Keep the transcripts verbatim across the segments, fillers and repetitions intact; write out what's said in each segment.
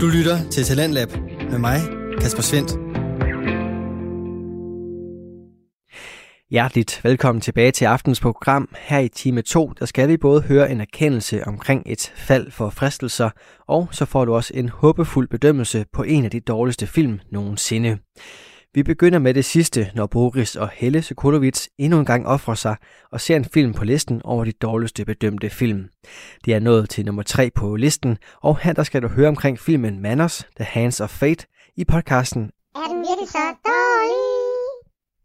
Du lytter til Talentlab med mig, Kasper Svendt. Hjerteligt velkommen tilbage til aftens program. Her i time to, der skal vi både høre en erkendelse omkring et fald for fristelser, og så får du også en håbefuld bedømmelse på en af de dårligste film nogensinde. Vi begynder med det sidste, når Boris og Helle Sokolovic endnu en gang offrer sig og ser en film på listen over de dårligste bedømte film. Det er nået til nummer tre på listen, og her der skal du høre omkring filmen Manners, The Hands of Fate, i podcasten Er den virkelig så dårlig?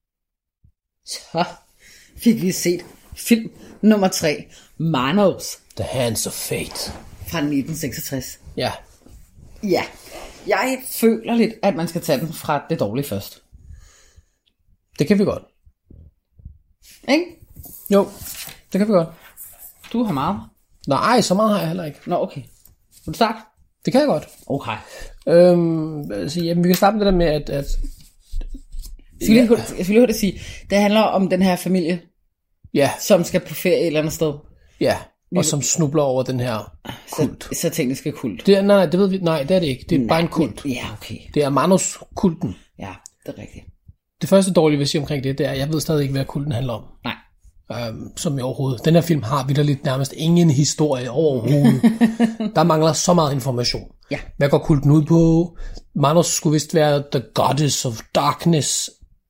Så fik vi set film nummer tre, Manners, The Hands of Fate, fra nitten seksogtres. Ja. Ja, jeg føler lidt, at man skal tage den fra det dårlige først. Det kan vi godt. Ikke? Jo, det kan vi godt. Du har meget. Nej, så meget har jeg heller ikke. Nå, okay. Vil du starte? Det kan jeg godt. Okay. Øhm, altså, jamen, vi kan starte med det der med, at... at jeg skal lige, jeg skal lige høre det sige. Det handler om den her familie, ja. som skal på ferie et eller andet sted. Ja, og som snubler over den her kult. Så, sataniske kult. Det er, nej, nej, det ved vi, nej, det er det ikke. Det er nej, bare en kult. Ja, okay. Det er Manos-kulten. Ja, det er rigtigt. Det første dårlige, vil sige omkring det, det er, at jeg ved stadig ikke, hvad kulten handler om. Nej. Øhm, som i overhovedet. Den her film har vitterligt nærmest ingen historie overhovedet. Der mangler så meget information. Ja. Hvad går kulten ud på? Manos skulle vist være the goddess of darkness.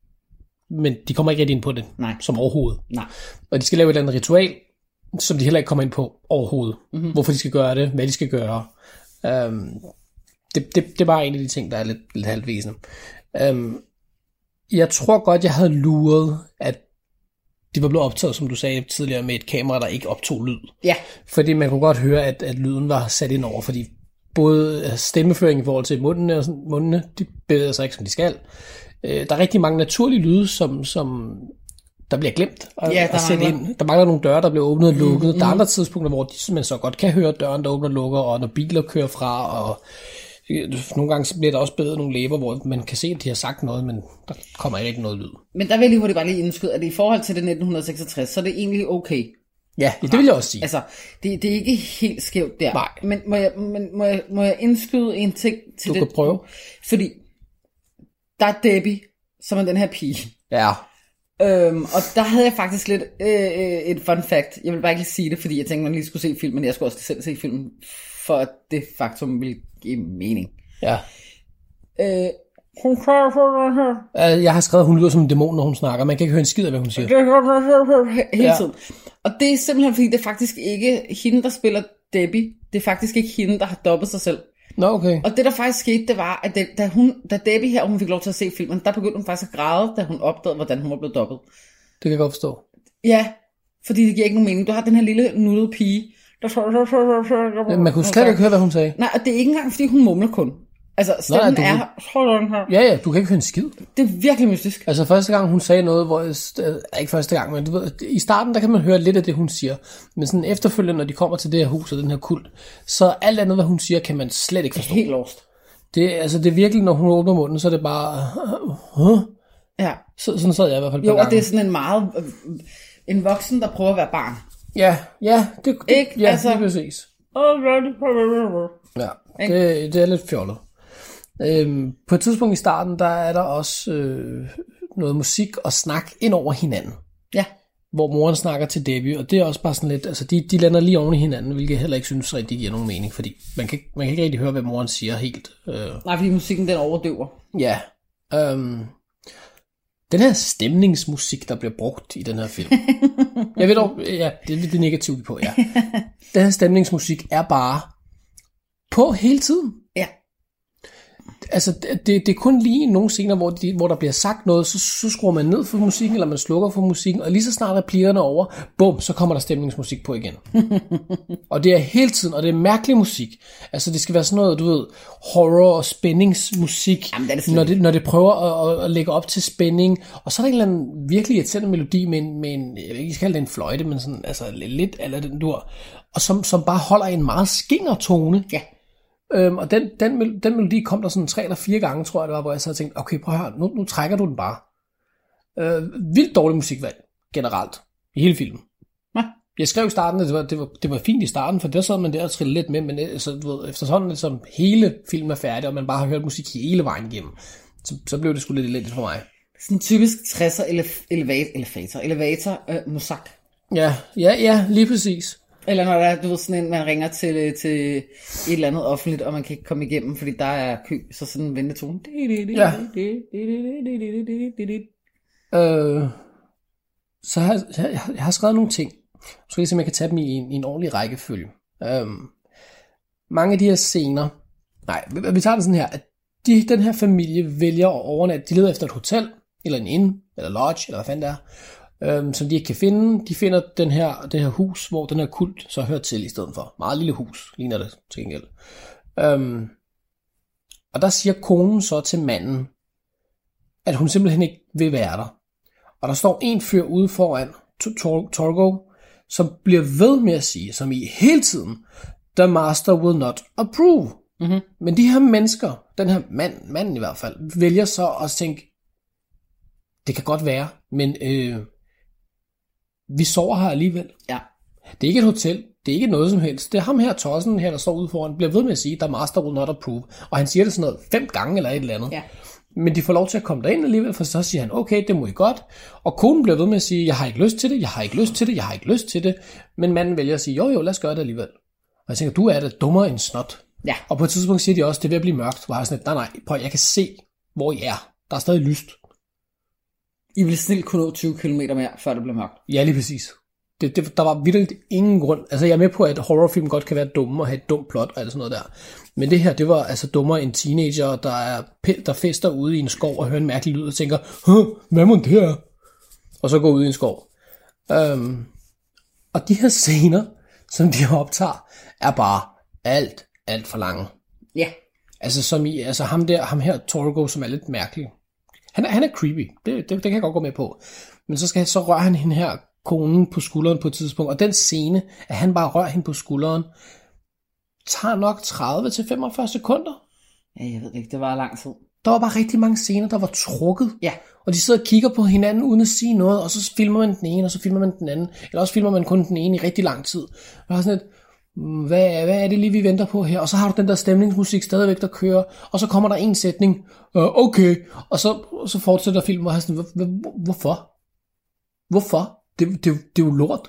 Men de kommer ikke rigtig ind på det. Nej. Som overhovedet. Nej. Og de skal lave et eller andet ritual, som de heller ikke kommer ind på overhovedet. Mm-hmm. Hvorfor de skal gøre det, hvad de skal gøre. Øhm, det, det, det er bare en af de ting, der er lidt, lidt halvvæsen. Øhm, jeg tror godt, jeg havde luret, at de var blevet optaget, som du sagde tidligere, med et kamera, der ikke optog lyd. Ja. Fordi man kunne godt høre, at, at lyden var sat ind over, fordi både stemmeføring i forhold til mundene, og sådan, mundene de bevæger sig ikke, som de skal. Øh, der er rigtig mange naturlige lyde, som, som der bliver glemt at, ja, at sætte ind. Der mangler nogle døre, der bliver åbnet og lukket. Mm, der er andre tidspunkter, hvor de, man så godt kan høre døren, der åbner og lukker, og når biler kører fra, og nogle gange så bliver der også bedre nogle læber, hvor man kan se, at de har sagt noget, men der kommer ikke noget lyd. Men der vil jeg lige hurtigt bare lige indskyde, at i forhold til det nitten seksogtres, så er det egentlig okay. Ja, det vil jeg også sige. Altså, det, det er ikke helt skævt der. Nej. Men må jeg, men, må jeg, må jeg indskyde en ting til du det? Du kan prøve. Fordi der er Debbie, som er den her pige. Ja. Øhm, og der havde jeg faktisk lidt øh, et fun fact. Jeg vil bare ikke lige sige det, fordi jeg tænkte, man lige skulle se filmen. Jeg skulle også selv se filmen, for at det faktum ville give mening. Ja. Øh, hun kører for her. Jeg har skrevet, at hun lyder som en dæmon, når hun snakker. Man kan ikke høre en skid af, hvad hun siger. Hele tiden. Og det er simpelthen, fordi det er faktisk ikke hende, der spiller Debbie. Det er faktisk ikke hende, der har dobbet sig selv. Nå, okay. Og det, der faktisk skete, det var, at det, da, hun, da Debbie her, hun fik lov til at se filmen, der begyndte hun faktisk at græde, da hun opdagede, hvordan hun var blevet dobbet. Det kan jeg godt forstå. Ja, fordi det giver ikke nogen mening. Du har den her lille nuttede pige, der... Ja, man kunne slet ikke høre, hvad hun sagde. Nej, og det er ikke engang, fordi hun mumler kun. Altså, stemmen Nå, nej, er sådan her. Ja, ja, du kan ikke høre en skid. Det er virkelig mystisk. Altså, første gang hun sagde noget, hvor... Ikke første gang, men du ved, i starten, der kan man høre lidt af det, hun siger. Men sådan efterfølgende, når de kommer til det her hus og den her kult, så alt andet, hvad hun siger, kan man slet ikke forstå. Helt lost. Det, altså, det er virkelig, når hun åbner munden, så er det bare... Huh? Ja. Så, sådan sad jeg i hvert fald på Jo, og gangen. det er sådan en meget... En voksen, der prøver at være barn. Ja, ja, det, det ikke? ja, Altså... det er præcis. Ja, det, det er lidt fjollet. Øhm, på et tidspunkt i starten, der er der også øh, noget musik og snak ind over hinanden. Ja. Hvor moren snakker til Debbie, og det er også bare sådan lidt, altså de, de lander lige oven i hinanden, hvilket jeg heller ikke synes rigtig giver nogen mening, fordi man kan, man kan ikke rigtig høre, hvad moren siger helt. Øh. Nej, fordi musikken den overdøver. Ja. Øhm, den her stemningsmusik, der bliver brugt i den her film. Jeg ved dog, ja, det er lidt det negative på, ja. Den her stemningsmusik er bare på hele tiden. Ja. Altså, det, det er kun lige nogle scener, hvor, de, hvor der bliver sagt noget, så, så skruer man ned for musikken, eller man slukker for musikken, og lige så snart replikkerne over, bum, så kommer der stemningsmusik på igen. Og det er hele tiden, og det er mærkelig musik. Altså, det skal være sådan noget, du ved, horror- og spændingsmusik, Jamen, det når, det, når det prøver at, at, at lægge op til spænding. Og så er der en eller anden virkelig irriterende melodi med en, med en jeg vil ikke kalde det en fløjte, men sådan, altså lidt eller den dur, og som, som bare holder en meget skingertone. Ja. Øhm, og den, den, den melodi kom der sådan tre eller fire gange, tror jeg det var, hvor jeg så havde tænkt, okay, prøv at høre, nu, nu trækker du den bare. Øh, vildt dårlig musikvalg, generelt, i hele filmen. Hva? Jeg skrev i starten, at det var, det var, det var fint i starten, for der sad man der og trillede lidt med, men altså, du ved, efter sådan, som hele filmen er færdig, og man bare har hørt musik hele vejen igennem, så, så blev det sgu lidt lidt for mig. Sådan en typisk tresser elef- elevator, elevator, elevator øh, musak. Ja, ja, ja, lige præcis. Eller når der er, du ved, sådan en, man ringer til, til et eller andet offentligt, og man kan ikke komme igennem, fordi der er kø, så sådan en ventetone. Ja. Øh, så har jeg, jeg, jeg har skrevet nogle ting. Så skal jeg se, om jeg kan tage dem i en, i en ordentlig rækkefølge. Øh, mange af de her scener, nej, vi, vi tager den sådan her, at de, den her familie vælger at overnatte, de leder efter et hotel, eller en inn, eller lodge, eller hvad fanden det er, Øhm, som de ikke kan finde. De finder den her, det her hus, hvor den her kult så hører til i stedet for. Meget lille hus, ligner det til gengæld. Øhm, og der siger konen så til manden, at hun simpelthen ikke vil være der. Og der står en fyr ude foran, Torgo, som bliver ved med at sige, som i hele tiden, the master will not approve. Mm-hmm. Men de her mennesker, den her mand, manden i hvert fald, vælger så at tænke, det kan godt være, men øh, vi sover her alligevel. Ja. Det er ikke et hotel, det er ikke noget som helst. Det er ham her, tossen her, der står ude foran, bliver ved med at sige, the master will not approve. Og han siger det sådan noget fem gange eller et eller andet. Ja. Men de får lov til at komme derind alligevel, for så siger han, okay, det må I godt. Og konen bliver ved med at sige, jeg har ikke lyst til det, jeg har ikke lyst til det, jeg har ikke lyst til det. Men manden vælger at sige, jo jo, lad os gøre det alligevel. Og jeg tænker, du er da dummere end snot. Ja. Og på et tidspunkt siger de også, det er ved at blive mørkt. Hvor jeg er sådan, nej nej, prøv, jeg kan se, hvor I er. Der er stadig lyst. I ville snilt kunne nå tyve kilometer mere, før det blev mørkt. Ja, lige præcis. Det, det, der var virkelig ingen grund. Altså, jeg er med på, at horrorfilm godt kan være dumme og have et dumt plot og alt sådan noget der. Men det her, det var altså dummere end teenager, der, er, der fester ude i en skov og hører en mærkelig lyd og tænker, hvad må det her? Og så går ud i en skov. Um, og de her scener, som de optager, er bare alt, alt for lange. Ja. Altså, som i, altså ham, der, ham her, Torgo, som er lidt mærkelig. Han er, han er creepy, det, det, det kan jeg godt gå med på. Men så, skal, så rører han hende her konen på skulderen på et tidspunkt. Og den scene, at han bare rører hende på skulderen, tager nok tredive til femogfyrre sekunder. Ja, jeg ved ikke, det var lang tid. Der var bare rigtig mange scener, der var trukket. Ja. Og de sidder og kigger på hinanden uden at sige noget, og så filmer man den ene, og så filmer man den anden. Eller også filmer man kun den ene i rigtig lang tid. Og sådan et, hvad, hvad er det lige, vi venter på her? Og så har du den der stemningsmusik stadigvæk, der kører, og så kommer der en sætning, uh, okay, og så, så fortsætter filmen, og jeg sådan, hvorfor? Hvorfor? Det, det, det er jo lort.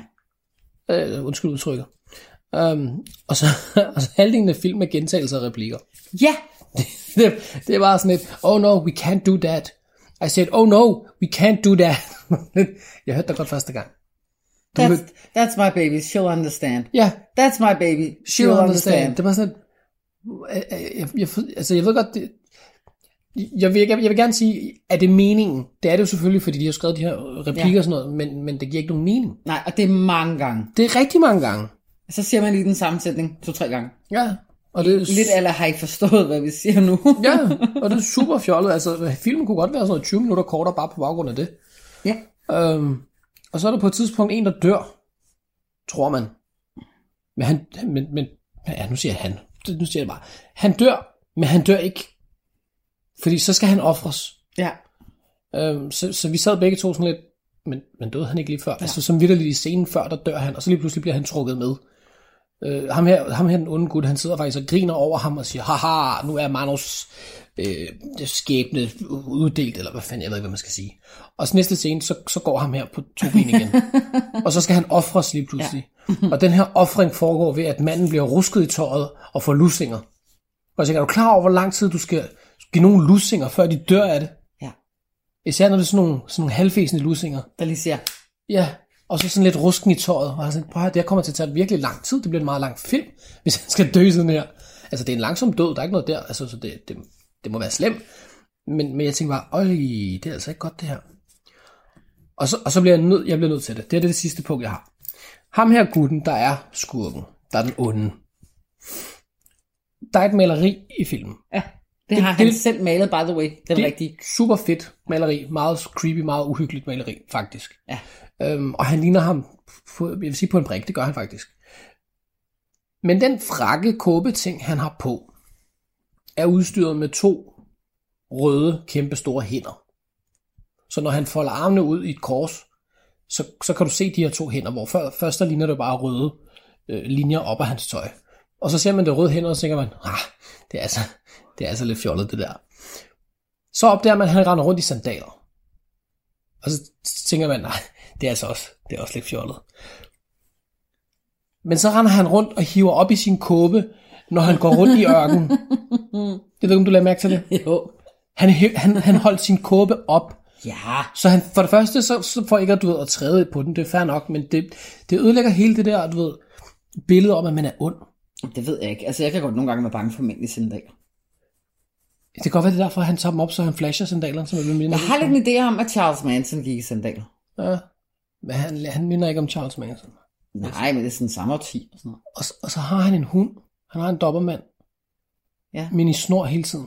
Ja. Uh, undskyld udtrykket. Um, og, så, og så halvdelen af filmen er gentagelser og replikker. Ja! Det, det, det var sådan et, oh no, we can't do that. I said, oh no, we can't do that. Jeg hørte det godt første gang. That's, that's my baby, she'll understand. Ja. Yeah. That's my baby, she'll, She'll understand. understand. Det var sådan, jeg, jeg, jeg, altså jeg ved godt, det, jeg, vil, jeg, jeg vil gerne sige, at det er meningen. Det er det jo selvfølgelig, fordi de har skrevet de her replikker ja. Og sådan noget, men, men det giver ikke nogen mening. Nej, og det er mange gange. Det er rigtig mange gange. Så siger man lige den samme sætning to-tre gange. Ja. Og det er, lidt eller har I forstået, hvad vi siger nu? Ja, og det er super fjollet. Altså, filmen kunne godt være sådan tyve minutter kortere bare på baggrund af det. Ja. Øhm, og så er der på et tidspunkt en, der dør, tror man. Men han, men, men ja, nu siger jeg han. Nu siger jeg bare. Han dør, men han dør ikke. Fordi så skal han ofres. Ja. Øhm, så, så vi sad begge to sådan lidt, men, men døde han ikke lige før? Ja. Altså som vitterligt i scenen før, der dør han, og så lige pludselig bliver han trukket med. Øh, ham, her, ham her, den onde gut, han sidder faktisk og griner over ham og siger, haha, nu er Manos øh, skæbne uddelt, eller hvad fanden, jeg ved ikke, hvad man skal sige. Og så næste scene, så, så går ham her på to ben igen. Og så skal han ofres lige pludselig. Ja. Og den her ofring foregår ved, at manden bliver rusket i tøjet og får lussinger. Og jeg tænker, er du klar over, hvor lang tid du skal give nogle lussinger, før de dør af det? Ja. Især når det er sådan nogle, sådan nogle halvfæsende lussinger. Der lige siger. Ja. Og så sådan lidt rusken i tøjet. Og jeg sådan, prøv at det her kommer til at tage virkelig lang tid. Det bliver en meget lang film, hvis han skal dø sådan her. Altså, det er en langsom død. Der er ikke noget der. Altså, så det, det, det må være slemt. Men, men jeg tænker bare, øj, det er altså ikke godt det her. Og så, og så bliver jeg nødt, jeg bliver nødt til det. Det er det, det sidste punkt, jeg har. Ham her gutten, der er skurken. Der er den onde. Der er et maleri i filmen. Ja, det, det har han det, selv malet, by the way. Den det rigtige. Super fedt maleri. Meget creepy, meget uhyggeligt maleri, faktisk. Ja. Øhm, og han ligner ham, på, jeg vil sige på en prik, det gør han faktisk. Men den frakke kåbeting, han har på, er udstyret med to røde, kæmpe store hænder. Så når han folder armene ud i et kors, så, så kan du se de her to hænder, hvor før, først der ligner det bare røde øh, linjer op af hans tøj. Og så ser man det røde hænder, og så tænker man, ah, det er altså, det er altså lidt fjollet det der. Så opdager man, at han render rundt i sandaler. Og så tænker man, nej, det er altså også, det er også lidt fjollet. Men så render han rundt og hiver op i sin kåbe, når han går rundt i ørkenen. Det ved du, om du lader mærke til det? Jo. Han, han, han holdt sin kåbe op. Ja. Så han, for det første, så, så får ikke at, du ved, at træde på den, det er fair nok, men det, det ødelægger hele det der, du ved, billede om, at man er ond. Det ved jeg ikke. Altså, jeg kan godt nogle gange være bange for mænd i sandaler. Det kan godt være, det er derfor, han tager dem op, så han flasher sandalerne, som jeg vil minde. Jeg har lidt en idé om, at Charles Manson gik i sandaler. Ja, men han, han minder ikke om Charles Manson. Nej, men det er sådan samme årti og sådan noget. Og, og så har han en hund. Han har en dobbermand. Ja. Men i snor hele tiden.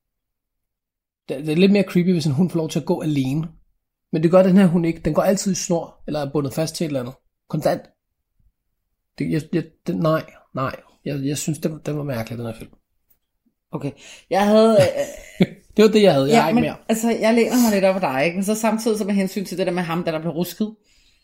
Det, det er lidt mere creepy, hvis en hund får lov til at gå alene. Men det gør den her hund ikke. Den går altid i snor, eller er bundet fast til et eller andet. Konstant. Det, jeg, jeg, det, nej, nej. Jeg, jeg synes, det, det var mærkeligt, den her film. Okay. Jeg havde... Det var det, jeg havde. Jeg ja, har ikke men, mere. Altså, jeg læner mig lidt op af dig, ikke? Men så samtidig så med hensyn til det der med ham, der, der blev rusket.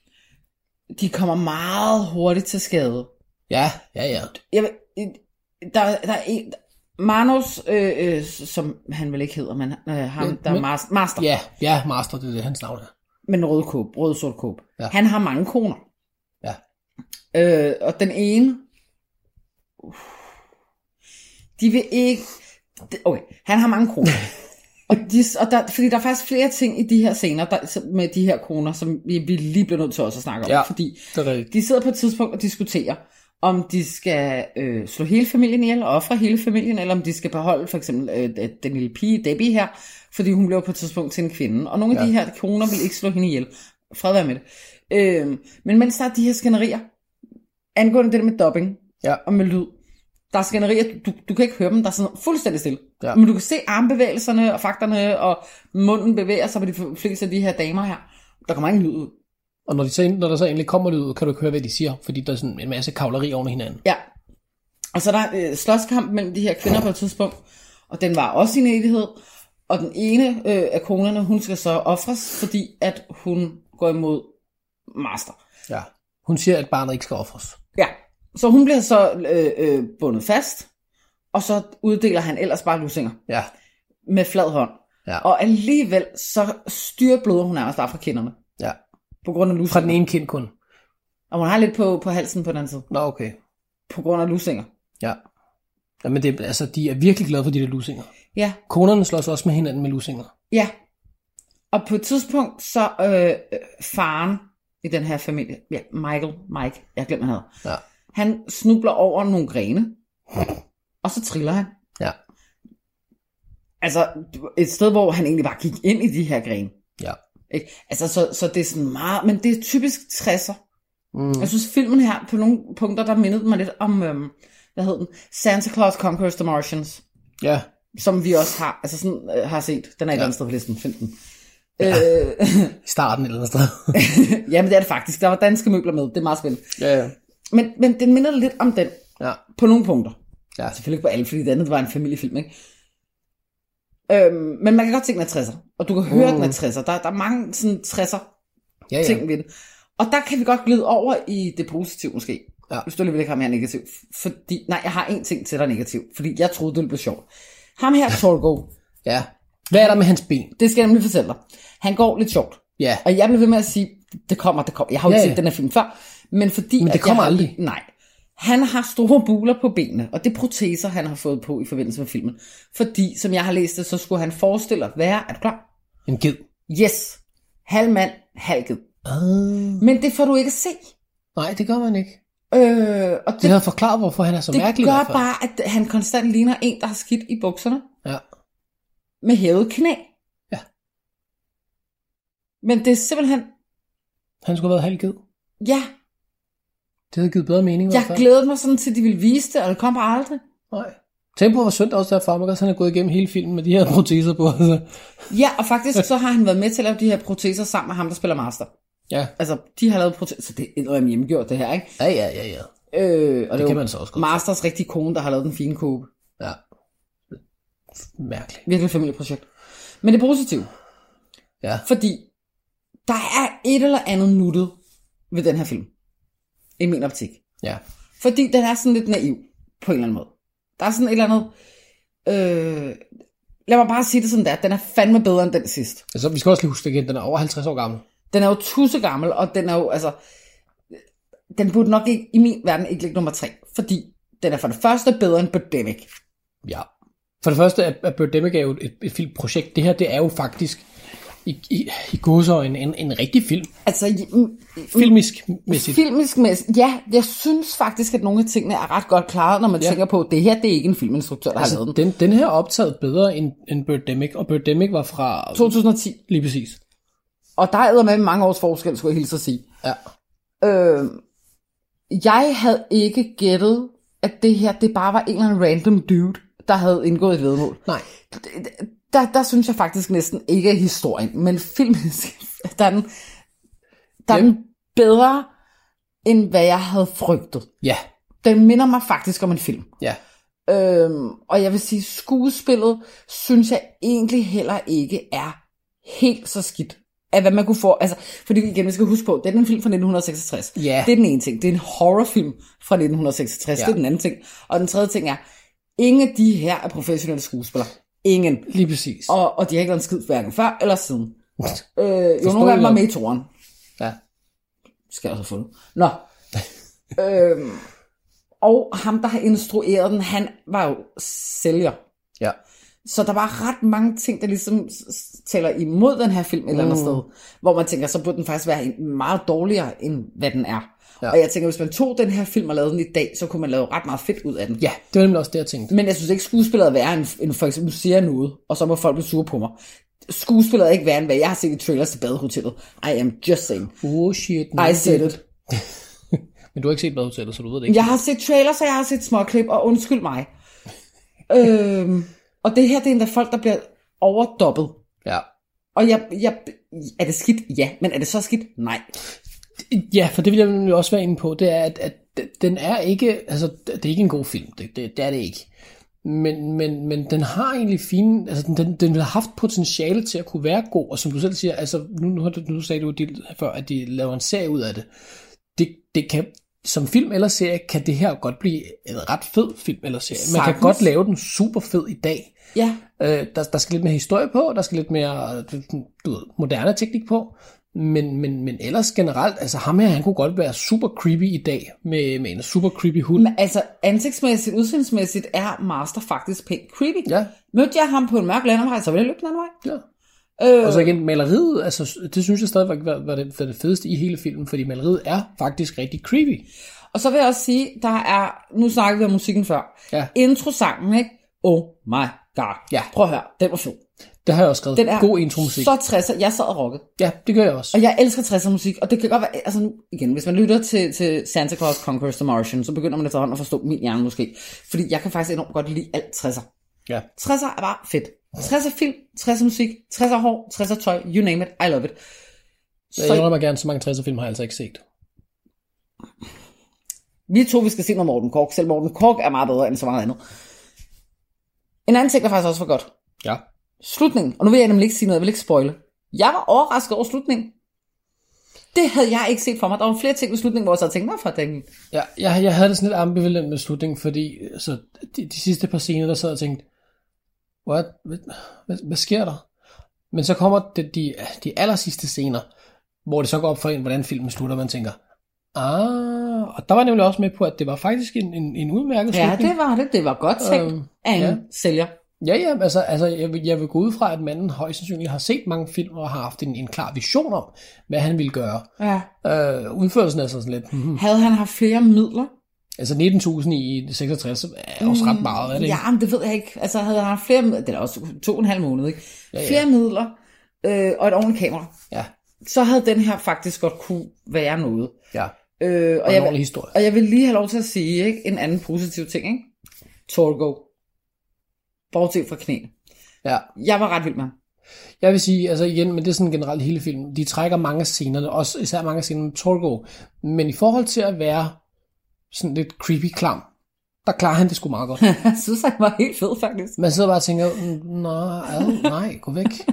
De kommer meget hurtigt til skade. Ja, ja, ja. Jeg, der, der er en... Manos, øh, øh, som han vel ikke hedder, men øh, ham, men, der men, er master, master. Ja, ja, Master, det er det, hans navn er. Men rød kåb, rød sort kåb. Ja. Han har mange koner. Ja. Øh, og den ene... Uh, de vil ikke... Okay, han har mange koner. og de, og der, fordi der er faktisk flere ting i de her scener der, med de her koner, som vi, vi lige bliver nødt til også at snakke om. Ja, fordi det er rigtigt. De sidder på et tidspunkt og diskuterer, om de skal øh, slå hele familien ihjel og ofre hele familien, eller om de skal beholde for eksempel øh, den lille pige, Debbie her, fordi hun blev på et tidspunkt til en kvinde. Og nogle af ja. de her koner vil ikke slå hende ihjel. Fred være med det. Øh, men mens der er de her skænderier, angående det der med dubbing ja. og med lyd, der er skænderier, du, du kan ikke høre dem, der er sådan fuldstændig stille. Ja. Men du kan se armbevægelserne og fakterne, og munden bevæger sig på de fleste af de her damer her. Der kommer ingen lyd ud. Og når, de så, når der så endelig kommer lyd ud, kan du ikke høre, hvad de siger, fordi der er sådan en masse kavleri oven i hinanden. Ja. Og så er der øh, slåskamp mellem de her kvinder på et tidspunkt, og den var også i en evighed. Og den ene øh, af konerne, hun skal så ofres, fordi at hun går imod Master. Ja. Hun siger, at barnet ikke skal ofres. Ja. Så hun bliver så øh, øh, bundet fast, og så uddeler han ellers bare lussinger. Ja. Med flad hånd. Ja. Og alligevel så styrbløder hun nærmest bare fra kinderne. Ja. På grund af lussinger. Fra den ene kind kun. Og hun har lidt på, på halsen på den anden side. Nå, okay. På grund af lussinger. Ja. Jamen, det, altså, de er virkelig glade for de der lussinger. Ja. Konerne slås også med hinanden med lussinger. Ja. Og på et tidspunkt, så øh, faren i den her familie, ja, Michael, Mike, jeg har glemt, han hedder. Ja. Han snubler over nogle grene, og så triller han. Ja. Altså, et sted, hvor han egentlig bare gik ind i de her grene. Ja. Ikke? Altså, så, så det er sådan meget, men det er typisk tresser. Mm. Jeg synes, filmen her, på nogle punkter, der mindede mig lidt om, øhm, hvad hed den? Santa Claus Conquers the Martians. Ja. Som vi også har, altså sådan, øh, har set. Den er et ja. andet sted på listen, find den. Ja. Øh, I starten et eller andet sted. Jamen, det er det faktisk. Der var danske møbler med. Det er meget spændende. Ja, ja. Men, men den minder lidt om den. Ja. På nogle punkter. Ja. Selvfølgelig ikke på alle, fordi det andet var en familiefilm, ikke? Øhm, men man kan godt tænke, den er tresser. Og du kan høre, uh. den er tresser. Der, der er mange sådan tresser ja, ja. ting ved det. Og der kan vi godt glide over i det positive måske. Ja. Hvis du alligevel ikke har mere negativ. Fordi, nej, jeg har en ting til dig negativ. Fordi jeg troede, det ville blive sjovt. Ham her, Torgo. Ja. Hvad er der med hans ben? Det skal jeg nemlig fortælle dig. Han går lidt sjovt. Ja. Og jeg blev ved med at sige, det kommer, det kommer. Jeg har jo ja, ikke ja. set den her film før. Men fordi... Men det kommer jeg, aldrig. Nej. Han har store buler på benene, og det er proteser, han har fået på i forbindelse med filmen. Fordi, som jeg har læst det, så skulle han forestille at være, er du klar? En ged. Yes. Halv mand, halv ged. Uh. Men det får du ikke at se. Nej, det gør man ikke. Øh, og det, det har forklaret, hvorfor han er så det mærkelig. Det gør bare, at han konstant ligner en, der har skidt i bukserne. Ja. Med hævet knæ. Ja. Men det er simpelthen... Han skulle have været halv ged. Ja. Det havde givet bedre mening. Jeg glædede mig sådan til, at de ville vise det, og det kom bare aldrig. Nej. Tænk på, hvor synd også der Farmagas, han er gået igennem hele filmen med de her proteser på. Altså. Ja, og faktisk så har han været med til at lave de her proteser sammen med ham, der spiller Master. Ja. Altså, de har lavet proteser, så det er noget hjemmegjort det her, ikke? Ja, ja, ja, ja. Øh, og det, det kan man så også godt. Masters rigtige kone, der har lavet den fine kåbe. Ja. Mærkeligt. Virkelig familieprojekt. Men det er positivt. Ja. Fordi der er et eller andet nuttet ved den her film. I min optik. Ja. Fordi den er sådan lidt naiv, på en eller anden måde. Der er sådan et eller andet... Øh, lad mig bare sige det sådan der, den er fandme bedre end den sidste. Altså, vi skal også lige huske det igen, den er over halvtreds år gammel. Den er jo tusse gammel, og den er jo, altså... Den burde nok ikke, i min verden ikke ligge nummer tre, fordi den er for det første bedre end Birdemic. Ja. For det første er Birdemic er jo et, et filmprojekt. Det her, det er jo faktisk i, i, i gåseøjne en, en rigtig film. Altså... Filmisk-mæssigt. Filmisk-mæssigt, ja. Jeg synes faktisk, at nogle af tingene er ret godt klaret, når man ja. tænker på, at det her, det er ikke en filminstruktør, der altså, har lavet den. Den her er optaget bedre end, end Birdemic, og Birdemic var fra... to tusind og ti. Lige præcis. Og der er med mange års forskel, skulle jeg hilse at sige. Ja. Øh, jeg havde ikke gættet, at det her, det bare var en eller anden random dude, der havde indgået et vedmål. Nej. Der, der synes jeg faktisk næsten ikke er historien, men filmisk, der er den, der er den bedre, end hvad jeg havde frygtet. Ja. Den minder mig faktisk om en film. Ja. Øhm, og jeg vil sige, skuespillet, synes jeg egentlig heller ikke er helt så skidt. Af hvad man kunne få, altså, fordi igen, vi skal huske på, det er en film fra nitten seksogtres. Ja. Det er den ene ting. Det er en horrorfilm fra nitten seksogtres. Ja. Det er den anden ting. Og den tredje ting er, ingen af de her er professionelle skuespillere. Ingen. Lige præcis. Og, og de har ikke været en skid hverken før eller siden. øh, jo, nogle af dem var med i toren. Ja. Skal jeg også have fundet. Nå. øhm, og ham, der har instrueret den, han var jo sælger. Ja. Så der var ret mange ting, der ligesom taler imod den her film et eller andet mm. sted, hvor man tænker, så burde den faktisk være meget dårligere, end hvad den er. Ja. Og jeg tænker, hvis man tog den her film og lavede den i dag, så kunne man lave ret meget fedt ud af den. Ja, det var nemlig også det, jeg tænkte. Men jeg synes ikke, skuespillet er værre end, end for eksempel, du siger noget, og så må folk blive sure på mig. Skuespillet er ikke værre end, hvad jeg har set i trailers til Badehotellet. I am just saying. Oh shit. I said it. Men du har ikke set Badehotellet, så du ved det ikke. Jeg har set trailers, og jeg har set småklip, og undskyld mig. øhm... Og det her, det er endda folk, der bliver overdobbet. Ja. Og jeg, jeg, er det skidt? Ja. Men er det så skidt? Nej. Ja, for det vil jeg også være inde på, det er, at, at den er ikke, altså, det er ikke en god film. Det, det, det er det ikke. Men, men, men den har egentlig fine, altså den, den vil have haft potentiale til at kunne være god, og som du selv siger, altså, nu, nu, nu sagde du de, før, at de laver en serie ud af det. Det, det kan... Som film eller serie kan det her godt blive en ret fed film eller serie. Man Sagtens. Kan godt lave den super fed i dag. Ja. Øh, der, der skal lidt mere historie på, der skal lidt mere du ved, moderne teknik på, men, men, men ellers generelt, altså ham her, han kunne godt være super creepy i dag, med, med en super creepy hund. Men altså ansigtsmæssigt, udseendsmæssigt er Master faktisk pænt creepy. Ja. Mødte jeg ham på en mørk landevej, så ville jeg løbe den anden vej. Ja. Øh, og så igen, maleriet, altså, det synes jeg stadig var, var, det, var det fedeste i hele filmen, fordi maleriet er faktisk rigtig creepy. Og så vil jeg også sige, der er, nu snakkede vi om musikken før, ja. Introsangen, ikke? Oh my god. Ja. Prøv at høre, den var fed. Det har jeg også skrevet. Den er god intromusik. Så tresser, jeg sad og rockede. Ja, det gør jeg også. Og jeg elsker tresser musik, og det kan godt være, altså nu, igen, hvis man lytter til, til Santa Claus Conquers the Martian, så begynder man efterhånden at forstå min hjerne måske. Fordi jeg kan faktisk enormt godt lide alt tresser. Ja. tresser er bare fedt. tresser film, tresser musik, tresser hår, tresser tøj, you name it, I love it. Så jeg rømmer gerne, så mange tresser film har jeg altså ikke set. Vi to, vi skal se noget Morten Korch. Selv Morten Korch er meget bedre end så meget andet. En anden ting, der faktisk også var godt. Ja. Slutningen. Og nu vil jeg nemlig ikke sige noget, jeg vil ikke spoile. Jeg var overrasket over slutningen. Det havde jeg ikke set for mig. Der var flere ting ved slutningen, hvor jeg så tænkte, hvorfor den? Ja, jeg, jeg havde det sådan lidt ambivalent med slutningen, fordi så de, de sidste par scener, der sad og tænkte, what? Hvad, hvad, hvad sker der? Men så kommer det, de, de aller sidste scener, hvor det så går op for en, hvordan filmen slutter, man tænker, ah, og der var nemlig også med på, at det var faktisk en, en, en udmærket slutning. Ja, det var det. Det var godt tænkt øhm, af en ja. sælger. Ja, ja, altså, altså jeg, vil, jeg vil gå ud fra, at manden højst sandsynligt har set mange film og har haft en, en klar vision om, hvad han ville gøre. Ja. Øh, udførelsen er sådan lidt... Mm-hmm. Havde han haft flere midler? Altså nitten tusind i seksogtres er også ret meget, er det ikke? Ja, men det ved jeg ikke. Altså havde han haft flere midler, det er også to og en halv måned, ikke? Ja, ja. Flere midler øh, og et ordentligt kamera. Ja. Så havde den her faktisk godt kunne være noget. Ja. Øh, og, og, jeg, en historie. og jeg vil lige have lov til at sige, ikke, en anden positiv ting, ikke? Torgo. Bortset fra knæ. Ja. Jeg var ret vild med ham. Jeg vil sige, altså igen, men det er sådan generelt hele filmen, de trækker mange af scenerne, også især mange af scenerne Torgo, men i forhold til at være sådan lidt creepy klam, der klarer han det sgu meget godt. Jeg synes, han var helt fed, faktisk. Man sidder bare og tænker, nej, nej, gå væk.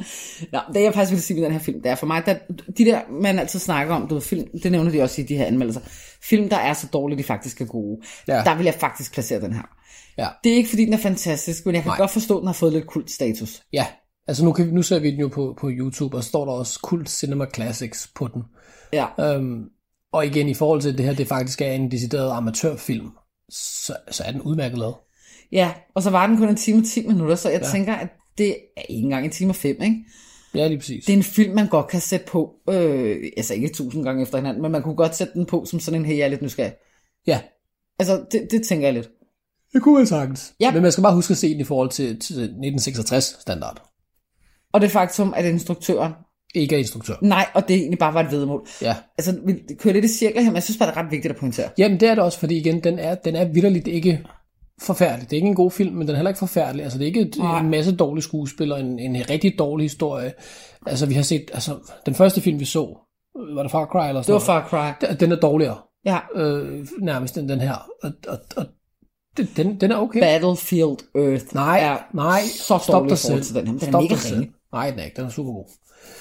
Nå, det jeg faktisk vil sige med den her film, det er for mig, der, de der, man altid snakker om, du ved, film, det nævner de også i de her anmeldelser, film, der er så dårlige, de faktisk er gode. Ja. Der vil jeg faktisk placere den her. Ja. Det er ikke, fordi den er fantastisk, men jeg kan Nej. godt forstå, at den har fået lidt kult status. Ja, altså nu, kan, nu ser vi den jo på, på YouTube, og så står der også Kult Cinema Classics på den. Ja. Øhm, og igen, i forhold til det her, det faktisk er en decideret amatørfilm, så, så er den udmærket lavet. Ja, og så var den kun en time og ti minutter, så jeg ja. tænker, at det er ikke engang en time og fem, ikke? Ja, lige præcis. Det er en film, man godt kan sætte på, øh, altså ikke tusind gange efter hinanden, men man kunne godt sætte den på som sådan en, her, jeg er lidt nysgerrig. Ja. Altså, det, det tænker jeg lidt. Det kunne være sagtens. Ja. Men man skal bare huske at se den i forhold til, til nitten seksogtres standard. Og det faktum, at instruktøren ikke er instruktør. Nej, og det egentlig bare var et vedmål. Ja. Altså, vi kører lidt i cirkler her, men jeg synes bare, det er ret vigtigt at pointere. Jamen, det er det også, fordi igen, den er, den er vitterligt ikke forfærdelig. Det er ikke en god film, men den er heller ikke forfærdelig. Altså, det er ikke et, en masse dårlige skuespillere, en, en rigtig dårlig historie. Altså, vi har set, altså, den første film, vi så, var det Far Cry eller sådan Det var Far Cry. Den er dårligere. Ja. Øh, nærmest end den her. Og, og, og den, den er okay. Battlefield Earth nej, er nej, så dårlig forhold til den her. Den Stop er mega ringe. Nej, den er ikke. Den er super god.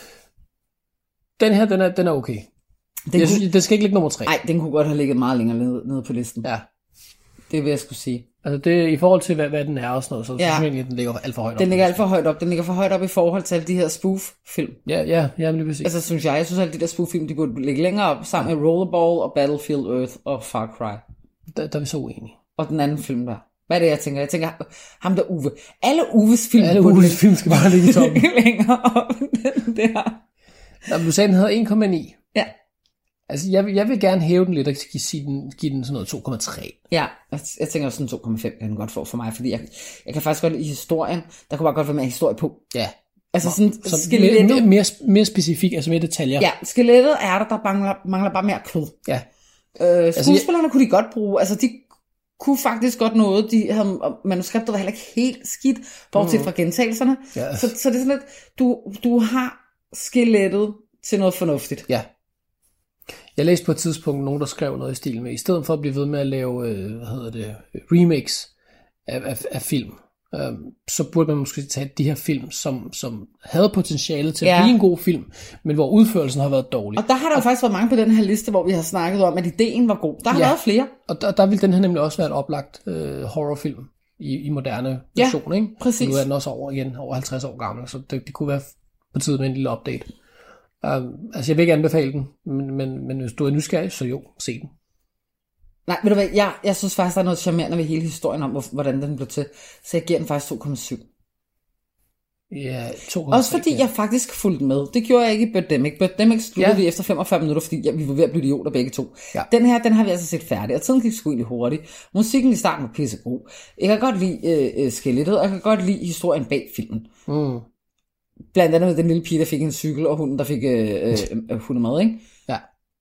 Den her, den er, den er okay. Den, jeg synes, den skal ikke ligge nummer tre. Nej, den kunne godt have ligget meget længere nede, nede på listen. Ja. Det vil jeg skulle sige. Altså det, i forhold til, hvad, hvad den er og sådan noget, så ja. synes jeg, den ligger alt for højt op. Den ligger alt for højt op. Den ligger for højt op i forhold til alle de her spoof-film. Ja, ja, ja, lige præcis. Altså, synes jeg, jeg synes, at alle de der spoof-film, de burde ligge længere op, sammen med Rollerball og Battlefield Earth og Far Cry. Der, der er vi så uenige. Og den anden film der. Hvad er det, jeg tænker? Jeg tænker, ham der Uwe. Alle Uves film. Alle Uves film skal bare ligge i toppen. længere op den der. Jamen, du sagde, den hedder en komma ni. Ja. Altså, jeg vil, jeg vil gerne hæve den lidt og give den, give den sådan noget to komma tre. Ja, jeg, jeg tænker også sådan to komma fem kan den godt få for mig, fordi jeg, jeg kan faktisk godt lide historien. Der kunne bare godt være mere historie på. Ja. Altså sådan så skelettet. Mere, mere, mere specifik, altså mere detaljer. Ja, skelettet er der, der mangler, mangler bare mere kød. Ja. Øh, skuespillerne altså, kunne de godt bruge, altså de kunne faktisk godt noget, de havde, manuskriptet var heller ikke helt skidt, bortset mm. fra gentagelserne. Ja. Så, så det er sådan lidt, du, du har skelettet til noget fornuftigt. Ja. Jeg læste på et tidspunkt nogen, der skrev noget i stil med, i stedet for at blive ved med at lave, øh, hvad hedder det, remakes af, af, af film, øh, så burde man måske tage de her film, som, som havde potentiale til at ja. blive en god film, men hvor udførelsen har været dårlig. Og der har der jo faktisk været mange på den her liste, hvor vi har snakket om, at ideen var god. Der har ja. været flere. Og der, der ville den her nemlig også være et oplagt øh, horrorfilm i, i moderne version, ja, ikke? Præcis. Nu er den også over igen, over halvtreds år gammel, så det, det kunne være på tide med en lille update. Um, altså jeg vil ikke anbefale den, men, men, men hvis du er nysgerrig, så jo, se den. Nej, ved du hvad, jeg, jeg synes faktisk, der er noget charmerende ved hele historien om, hvordan den blev til, så jeg giver den faktisk to komma syv. Ja, to komma tre. Også fordi ja. jeg faktisk fulgte med. Det gjorde jeg ikke i Birdemic. Birdemic sluttede ja. vi efter femogfyrre minutter, fordi ja, vi var ved at blive idioter begge to. Ja. Den her, den har vi altså set færdig, og tiden gik sgu egentlig hurtigt. Musikken i starten var pissegod. Jeg kan godt lide øh, skelettet, og jeg kan godt lide historien bag filmen. Mm. Blandt andet med den lille pige, der fik en cykel, og hunden, der fik øh, øh, hundemad, ikke? Ja.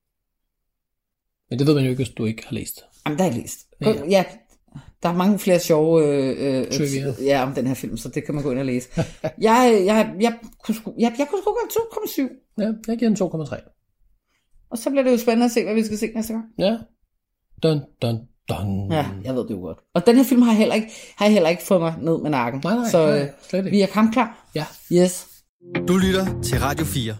Men det ved man jo ikke, hvis du ikke har læst. Jamen, der har jeg læst. Ja, ja. Der er mange flere sjove øh, øh, ja, om den her film, så det kan man gå ind og læse. jeg, jeg, jeg, jeg kunne sgu jeg, jeg kunne sgu gøre to komma syv. Ja, jeg giver den to komma tre. Og så bliver det jo spændende at se, hvad vi skal se næste gang. Ja. Dun, dun, dun. Ja, jeg ved det jo godt. Og den her film har jeg heller ikke, har jeg heller ikke fået mig ned med nakken. Nej, nej, så nej, slet ikke. Vi er kampklar. Ja. Yes. Du lytter til Radio fire.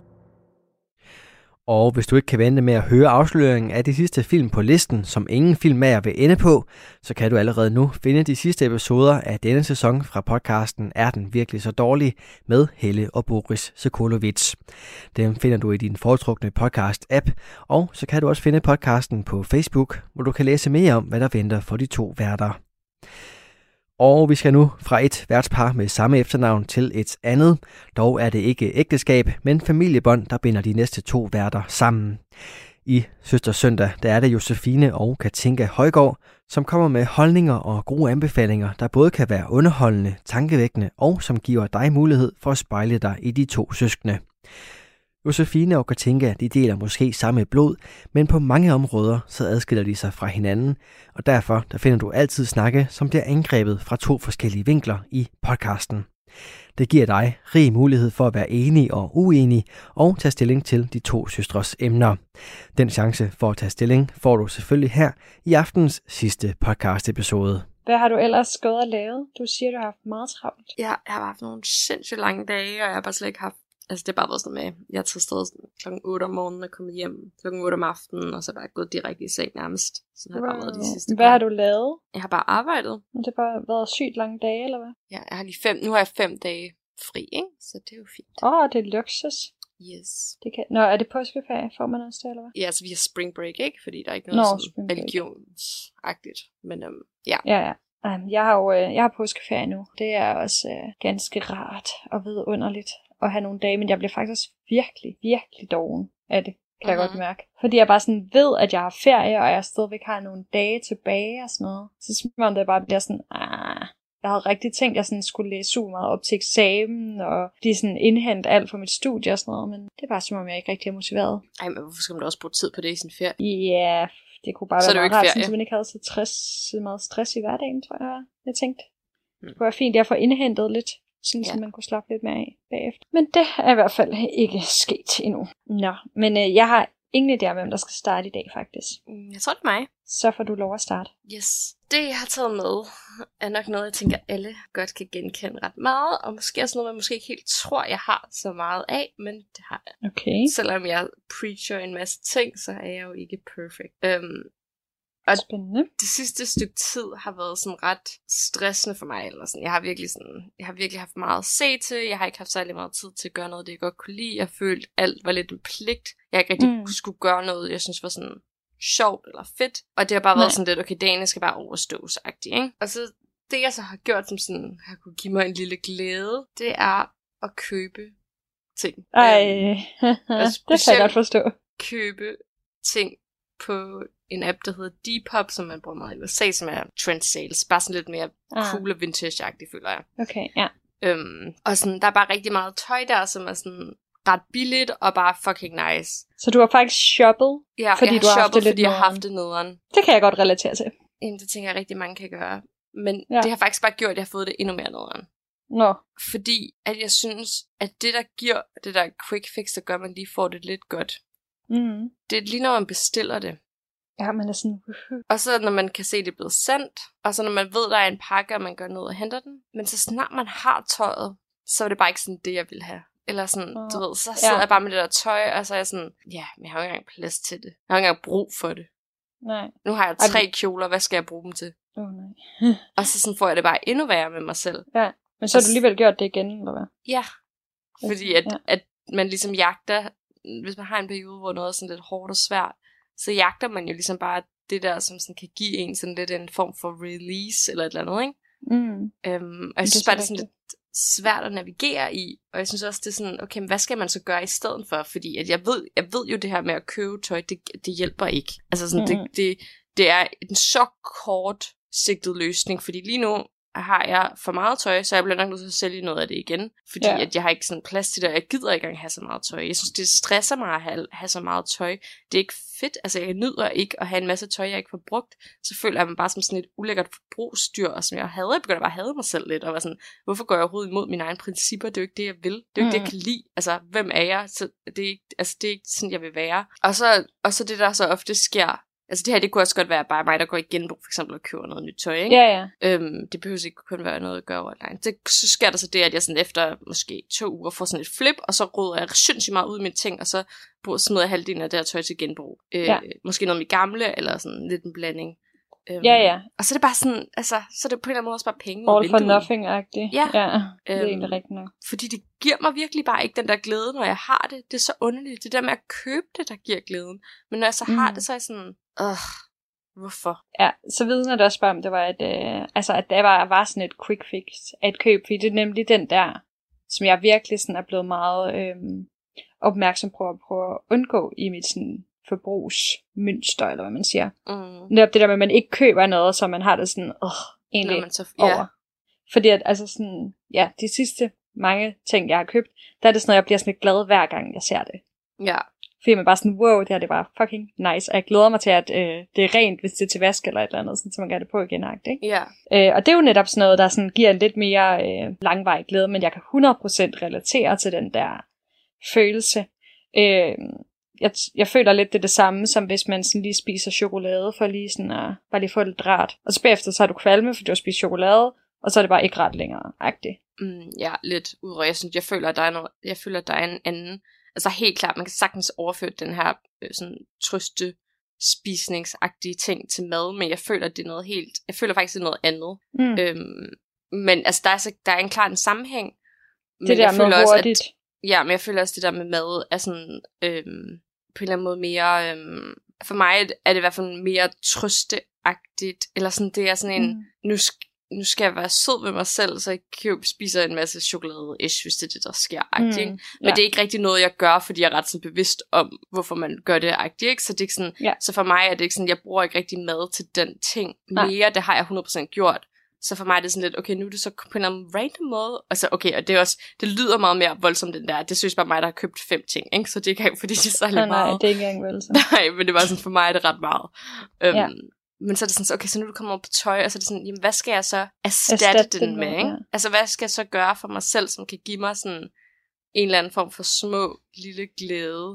Og hvis du ikke kan vente med at høre afsløringen af de sidste film på listen, som ingen filmmager vil ende på, så kan du allerede nu finde de sidste episoder af denne sæson fra podcasten Er den virkelig så dårlig? Med Helle og Boris Sokolovits. Dem finder du i din foretrukne podcast-app, og så kan du også finde podcasten på Facebook, hvor du kan læse mere om, hvad der venter for de to værter. Og vi skal nu fra et værtspar med samme efternavn til et andet. Dog er det ikke ægteskab, men familiebånd, der binder de næste to værter sammen. I Søster Søndag, der er det Josefine og Katinka Højgaard, som kommer med holdninger og gode anbefalinger, der både kan være underholdende, tankevækkende og som giver dig mulighed for at spejle dig i de to søskende. Josefine og Katinka, de deler måske samme blod, men på mange områder så adskiller de sig fra hinanden, og derfor der finder du altid snakke, som bliver angrebet fra to forskellige vinkler i podcasten. Det giver dig rig mulighed for at være enig og uenig og tage stilling til de to søstres emner. Den chance for at tage stilling får du selvfølgelig her i aftens sidste podcast episode. Hvad har du ellers gået og lavet? Du siger, du har haft meget travlt. Ja, jeg har haft nogle sindssygt lange dage, og jeg har bare slet ikke haft... Altså, det har bare været sådan med, jeg er taget afsted klokken otte om morgenen og kommet hjem klokken otte om aftenen, og så bare gået direkte i seng nærmest. Så det har wow. bare været de sidste Hvad par. Har du lavet? Jeg har bare arbejdet. Det har bare været sygt lange dage, eller hvad? Ja, jeg har lige fem... Nu har jeg fem dage fri, ikke? Så det er jo fint. Åh, oh, det er luksus. Yes. Det kan... Nå, er det påskeferie? Får man også det, eller hvad? Ja, altså vi har spring break, ikke? Fordi der er ikke noget Nå, sådan religionsagtigt. Men um, ja. Ja, ja. Um, jeg har jo øh, jeg har påskeferie nu. Det er også øh, ganske rart og vidunderligt at have nogle dage, men jeg bliver faktisk virkelig, virkelig doven af det, kan jeg uh-huh. godt mærke. Fordi jeg bare sådan ved, at jeg har ferie, og jeg stadigvæk har nogle dage tilbage og sådan noget. Så som om det bare bliver sådan, ah... Jeg havde rigtig tænkt, at jeg sådan skulle læse super meget op til eksamen, og lige sådan indhente alt for mit studie og sådan noget, men det er bare som om, jeg ikke rigtig er motiveret. Ej, men hvorfor skal man da også bruge tid på det i sin ferie? Ja, det kunne bare så være meget rart, så man ikke havde så, stress, så meget stress i hverdagen, tror jeg. Jeg tænkte, hmm. det kunne være fint, at jeg får indhentet lidt, sådan ja. Så man kunne slappe lidt mere af bagefter. Men det er i hvert fald ikke sket endnu. Nå, men øh, jeg har ingen idé om, hvem der skal starte i dag, faktisk. Jeg tror, det er mig. Så får du lov at starte. Yes. Det, jeg har taget med, er nok noget, jeg tænker, alle godt kan genkende ret meget. Og måske også noget, man måske ikke helt tror, jeg har så meget af, men det har jeg. Okay. Selvom jeg preacher en masse ting, så er jeg jo ikke perfect. Um, og Spændende. Det sidste stykke tid har været sådan ret stressende for mig. Eller sådan. Jeg har virkelig sådan, jeg har virkelig haft meget at se til. Jeg har ikke haft særlig meget tid til at gøre noget, det jeg godt kunne lide. Jeg følte, alt var lidt en pligt. Jeg ikke rigtig mm. skulle gøre noget, jeg synes var sådan sjovt eller fedt. Og det har bare Nej. været sådan lidt, okay, dagen skal bare overstås-agtigt, ikke? Og så det, jeg så har gjort, som sådan har kunne give mig en lille glæde, det er at købe ting. Ej, det kan jeg godt forstå. Købe ting på en app, der hedder Depop, som man bruger meget i U S A, som er trend sales. Bare sådan lidt mere ah. cool og vintage-agtigt, føler jeg. Okay, ja. Øhm, og sådan, der er bare rigtig meget tøj der, som er sådan ret billigt og bare fucking nice. Så du har faktisk shoppet? Ja, fordi jeg har du har shoppet, haft det lidt fordi jeg har haft det nederen. Det kan jeg godt relatere til. Jamen, det tænker jeg rigtig mange kan gøre. Men ja. det har faktisk bare gjort, at jeg har fået det endnu mere nederen. Nå. Fordi at jeg synes, at det der giver, det der quick fix, der gør, at man lige får det lidt godt. Mm. Det er lige når man bestiller det. Ja, man er sådan... Og så når man kan se, at det er blevet sendt, og så når man ved, at der er en pakke, og man går ned og henter den. Men så snart man har tøjet, så er det bare ikke sådan det, jeg vil have. Eller sådan, oh. du ved, så sidder ja. jeg bare med det der tøj, og så er jeg sådan, ja, men jeg har jo ikke engang plads til det. Jeg har ikke engang brug for det. Nej. Nu har jeg tre Ej, kjoler, hvad skal jeg bruge dem til? Åh oh, nej. Og så sådan får jeg det bare endnu værre med mig selv. Ja, men så har du alligevel gjort det igen, eller hvad? Ja, fordi at, ja. at man ligesom jagter, hvis man har en periode, hvor noget er sådan lidt hårdt og svært, så jagter man jo ligesom bare det der, som sådan kan give en sådan lidt en form for release, eller et eller andet, ikke? Mm. Øhm, og jeg synes bare, det er sådan lidt svært at navigere i, og jeg synes også, det er sådan, okay, men hvad skal man så gøre i stedet for? Fordi at jeg ved, jeg ved jo det her med at købe tøj, det, det hjælper ikke. Altså sådan, mm. det, det, det er en så kort sigtet løsning, fordi lige nu har jeg for meget tøj, så jeg bliver nok nødt til at sælge noget af det igen, fordi ja. at jeg har ikke sådan plads til det, og jeg gider ikke engang have så meget tøj. Jeg synes, det stresser mig at have, have så meget tøj. Det er ikke fedt, altså jeg nyder ikke at have en masse tøj, jeg ikke får brugt. Så føler jeg mig bare som sådan et ulækkert forbrugsdyr, og som jeg havde, jeg begynder bare at hade mig selv lidt, og var sådan, hvorfor går jeg overhovedet imod mine egne principper? Det er jo ikke det, jeg vil. Det er jo ikke mm. det, jeg kan lide. Altså, hvem er jeg? Så det er ikke, altså, det er ikke sådan, jeg vil være. Og så, og så det, der så ofte sker, altså det her, det kunne også godt være bare mig, der går i genbrug, for eksempel, og køber noget nyt tøj, ikke? Ja, ja. Øhm, det behøver ikke kun være noget at gøre online. Det, så sker der så det, at jeg sådan efter måske to uger får sådan et flip, og så råder jeg sindssygt meget ud i mine ting, og så smider jeg halvdelen af det her tøj til genbrug. Øh, ja. Måske noget med gamle, eller sådan lidt en blanding. Øhm, ja, ja. Og så er det bare sådan, altså, så er det på en eller anden måde også bare penge. All for nothing-agtigt. Ja. ja. Det er øhm, egentlig rigtigt nok. Fordi det giver mig virkelig bare ikke den der glæde, når jeg har det. Det er så underligt. Det der med at købe det, der giver glæden. Men når jeg så mm. har det, så er jeg sådan, øh, hvorfor? Ja, så vidner det også bare om, det var et, øh, altså, at der var, var sådan et quick fix af et køb. Fordi det er nemlig den der, som jeg virkelig sådan er blevet meget øh, opmærksom på at prøve at undgå i mit sådan forbrugsmønster, eller hvad man siger. Mm. Netop det der med, at man ikke køber noget, så man har det sådan, åh, egentlig så, ja. over. Fordi at, altså sådan, ja, de sidste mange ting, jeg har købt, der er det sådan noget, jeg bliver sådan lidt glad hver gang, jeg ser det. Ja. Fordi man bare sådan, wow, det her det er bare fucking nice, og jeg glæder mig til, at øh, det er rent, hvis det er til vask eller et eller andet, sådan, så man kan det på igen, ikke? Ja. Øh, og det er jo netop sådan noget, der sådan giver en lidt mere øh, langvarig glæde, men jeg kan hundrede procent relatere til den der følelse. Øh, jeg, jeg føler lidt det er det samme, som hvis man sådan lige spiser chokolade, for lige sådan at bare lige få lidt rart. Og så bagefter så har du kvalme, for du har spist chokolade, og så er det bare ikke ret længere, agtigt. Mm, ja, lidt udrøg. Jeg synes, jeg føler, at der er noget, jeg føler, at der er en anden, altså helt klart, man kan sagtens overføre den her øh, sådan trøste spisningsagtige ting til mad, men jeg føler, at det er noget helt, jeg føler faktisk, det er noget andet. Mm. Øhm, men altså, der er, så, der er en klar en sammenhæng. Men det der jeg med føler også, hurtigt. At, ja, men jeg føler også, det der med mad er sådan, øhm, på en eller anden måde mere, øhm, for mig er det i hvert fald mere trøsteagtigt, eller sådan, det er sådan en, mm. nu skal nu skal jeg være sød ved mig selv, så jeg køb, spiser en masse chokolade-ish, hvis det er det, der sker. Mm, men ja. Det er ikke rigtig noget, jeg gør, fordi jeg er ret sådan bevidst om, hvorfor man gør det. Ikke? Så, det er ikke sådan, ja. Så for mig er det ikke sådan, jeg bruger ikke rigtig mad til den ting mere. Nej. Det har jeg hundrede procent gjort. Så for mig er det sådan lidt, okay, nu er det så på en eller anden random måde. Altså, okay, og det er også, det lyder meget mere voldsomt, den der. Det synes bare mig, der har købt fem ting, ikke? Så det er ikke engang, fordi det er særlig nej, meget. Nej, det er ikke engang vel så. Nej, men det var sådan, for mig er det ret meget. Um, ja. Men så er det sådan, okay, så nu du kommer op på tøj, og så er det sådan, jamen, hvad skal jeg så erstatte, erstatte den med, ikke? Ja. Altså, hvad skal jeg så gøre for mig selv, som kan give mig sådan en eller anden form for små, lille glæde?